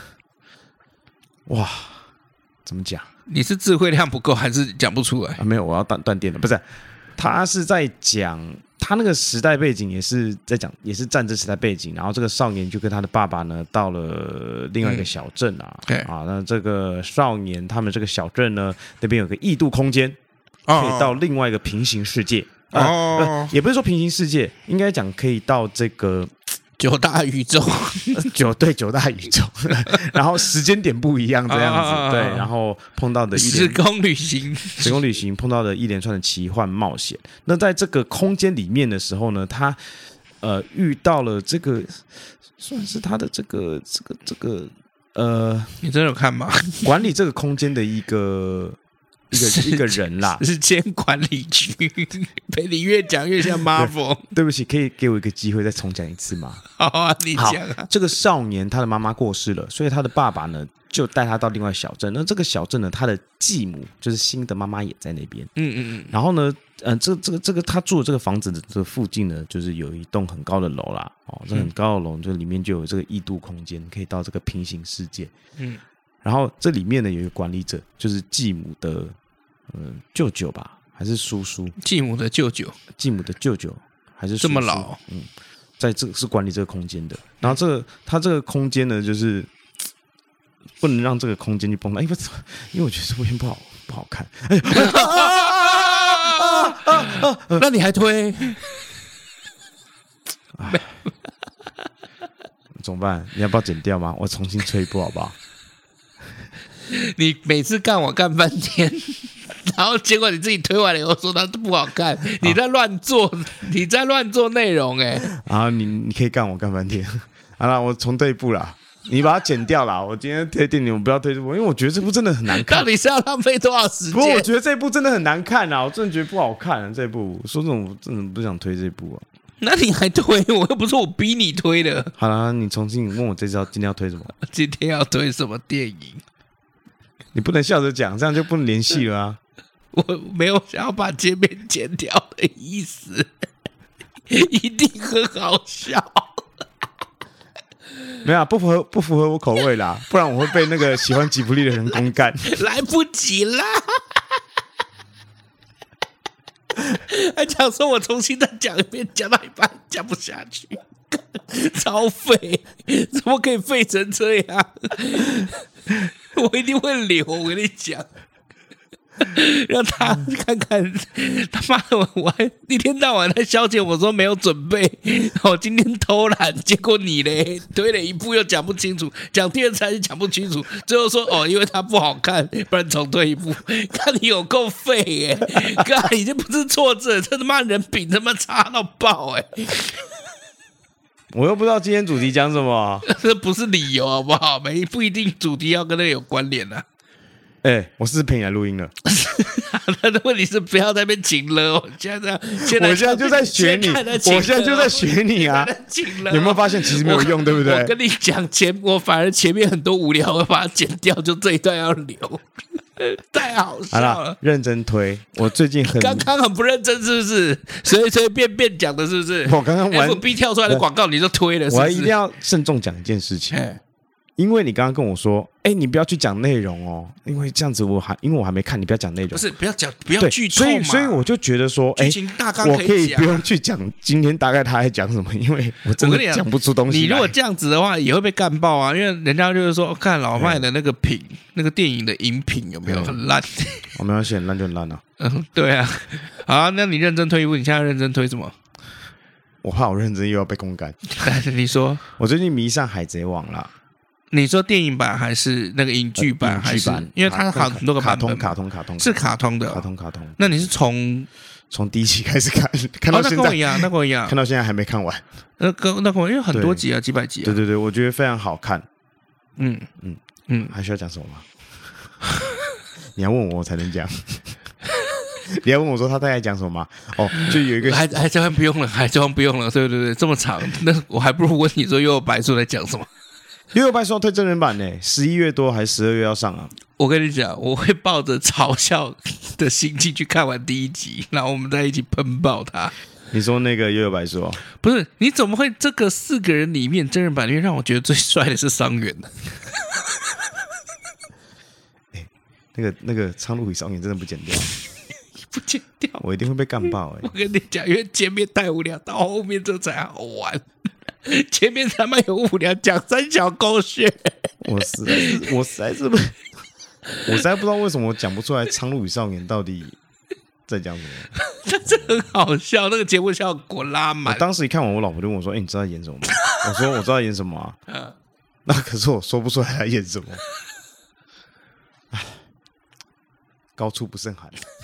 哇，怎么讲？ 你是智慧量不够，还是讲不出来？ 啊、没有，我要断断电了。不是，他是在讲他那个时代背景，也是在讲，也是战争时代背景。然后这个少年就跟他的爸爸呢，到了另外一个小镇啊。对、嗯、啊，那这个少年他们这个小镇呢，那边有个异度空间，可以到另外一个平行世界。哦、呃呃，也不是说平行世界，应该讲可以到这个。 九大宇宙， 九对九大宇宙，然后时间点不一样这样子，啊、对，然后碰到的一时空旅行， 时空旅行碰到的一连串的奇幻冒险。那在这个空间里面的时候呢，他呃遇到了这个算是他的这个这个这个呃， 你真的有看吗？ 管理这个空间的一个。一个一个人啦， 时间管理局，被你越讲越像 Marvel。 对不起，可以给我一个机会再重讲一次吗？ 好啊，你讲啊。 这个少年他的妈妈过世了，所以他的爸爸呢就带他到另外小镇。那这个小镇呢，他的继母就是新的妈妈也在那边。嗯嗯嗯。然后呢，嗯、呃，这这个这个他住的这个房子的这个附近呢，就是有一栋很高的楼啦。哦，这很高的楼，就里面就有这个异度空间，可以到这个平行世界。嗯。然后这里面呢有一个管理者，就是继母的呃舅舅吧，还是叔叔？ 继母的舅舅， 继母的舅舅还是叔叔这么老？ 嗯，在这个是管理这个空间的。然后这个他这个空间呢，就是不能让这个空间去崩塌，因为因为我觉得这部片不好不好看。哎那你还推？ 怎么办？你要不要剪掉吗？我重新吹一部好不好？ 你每次干我干半天，然后结果你自己推完了以后说它不好看，你在乱做，你在乱做内容哎、欸。 然后你你可以干我干半天，好了，我重对一部啦。 你把它剪掉啦。我今天推电影，我不要推这部，因为我觉得这部真的很难看。 到底是要浪费多少时间？ 不过我觉得这部真的很难看啊，我真的觉得不好看、啊。这部说这种，我真的不想推这部啊。 那你还推？我又不是我逼你推的。 好啦，你重新问我这次要今天要推什么？ 今天要推什么电影？ 你不能笑着讲，这样就不能联系了啊。 我没有想要把界面剪掉的意思，一定很好笑。 没有、啊，不符合不符合我口味啦，不然我会被那个喜欢吉卜力的人公干。 来不及啦！还讲说我重新再讲一遍，讲到一半讲不下去，超废，怎么可以废成这样？我一定会留，我跟你讲。让他看看，他妈的，我还一天到晚在消遣我说没有准备，我今天偷懒，结果你嘞推了一步又讲不清楚，讲第二次还是讲不清楚，最后说哦，因为它不好看，不然重推一步。看你有够废耶，看已经不是错字，这他妈人品他妈差到爆哎！ 我又不知道今天主题讲什么， 这不是理由好不好？没不一定主题要跟那个有关联啊。 哎、欸，我是陪你来录音了。 他的问题是不要在那边请了哦，现在这样，现在我现在就在学你，我现在就在学你啊！有没有发现其实没有用，对不对？ 我跟你讲，前我反而前面很多无聊，我把它剪掉，就这一段要留，太好笑了。好了， 认真推，我最近很刚刚很不认真，是不是？随随便便讲的，是不是？ 我刚刚玩 F B 跳出来的广告你就推了，是不是？ 我还一定要慎重讲一件事情。因为你刚刚跟我说，哎、欸，你不要去讲内容哦，因为这样子我还因为我还没看，你不要讲内容。 不是，不要讲，不要剧透嘛。 所以，所以我就觉得说，哎、欸，我可以不用去讲今天大概他在讲什么，因为我真的讲不出东西来。 你如果这样子的话，也会被干爆啊，因为人家就是说，看老麦的那个品，那个电影的饮品有没有很烂？ 我没关系，很烂就很烂啊。 嗯，对啊。好，那你认真推一步，你现在认真推什么？ 我怕我认真又要被公干。 你说， 我最近迷上海贼王了。 你说电影版还是那个影剧版？呃、还是因为它很多个版本， 卡通卡通是卡通的、哦， 卡通卡通。 那你是从从第一期开始看，看到现在， 哦、那跟我一样，那跟我一样， 看到现在还没看完。 那跟那跟我因为很多集啊，几百集啊。 对对对，我觉得非常好看。 嗯嗯嗯， 还需要讲什么吗？你要问我，我才能讲。你要问我说他大概讲什么吗？哦，就有一个海海贼王不用了，海贼王不用了。对对对，这么长，那我还不如问你说幽游白书在讲什么。 幽游白书要推真人版呢，十一月多还是十二月要上啊？ 我跟你讲，我会抱着嘲笑的心情去看完第一集，然后我们再一起喷爆它。 你说那个幽游白书、哦？ 不是，你怎么会这个四个人里面真人版里面让我觉得最帅的是桑原呢？ 欸、那个那个苍鹭与少年真的不剪掉， 不剪掉， 我一定会被干爆哎、欸！ 我跟你讲，因为前面太无聊，到后面这才好玩。前面他妈有无聊，讲三小狗血， 我实在是，我实在是不，我实在不知道为什么我讲不出来《苍鹭与少年》到底在讲什么。 但是很好笑，那个节目效果拉满。 我当时一看完，我老婆就问我说：“哎、欸，你知道演什么吗？”我说：“我知道演什么啊。嗯”那可是我说不出来他演什么。高处不胜寒。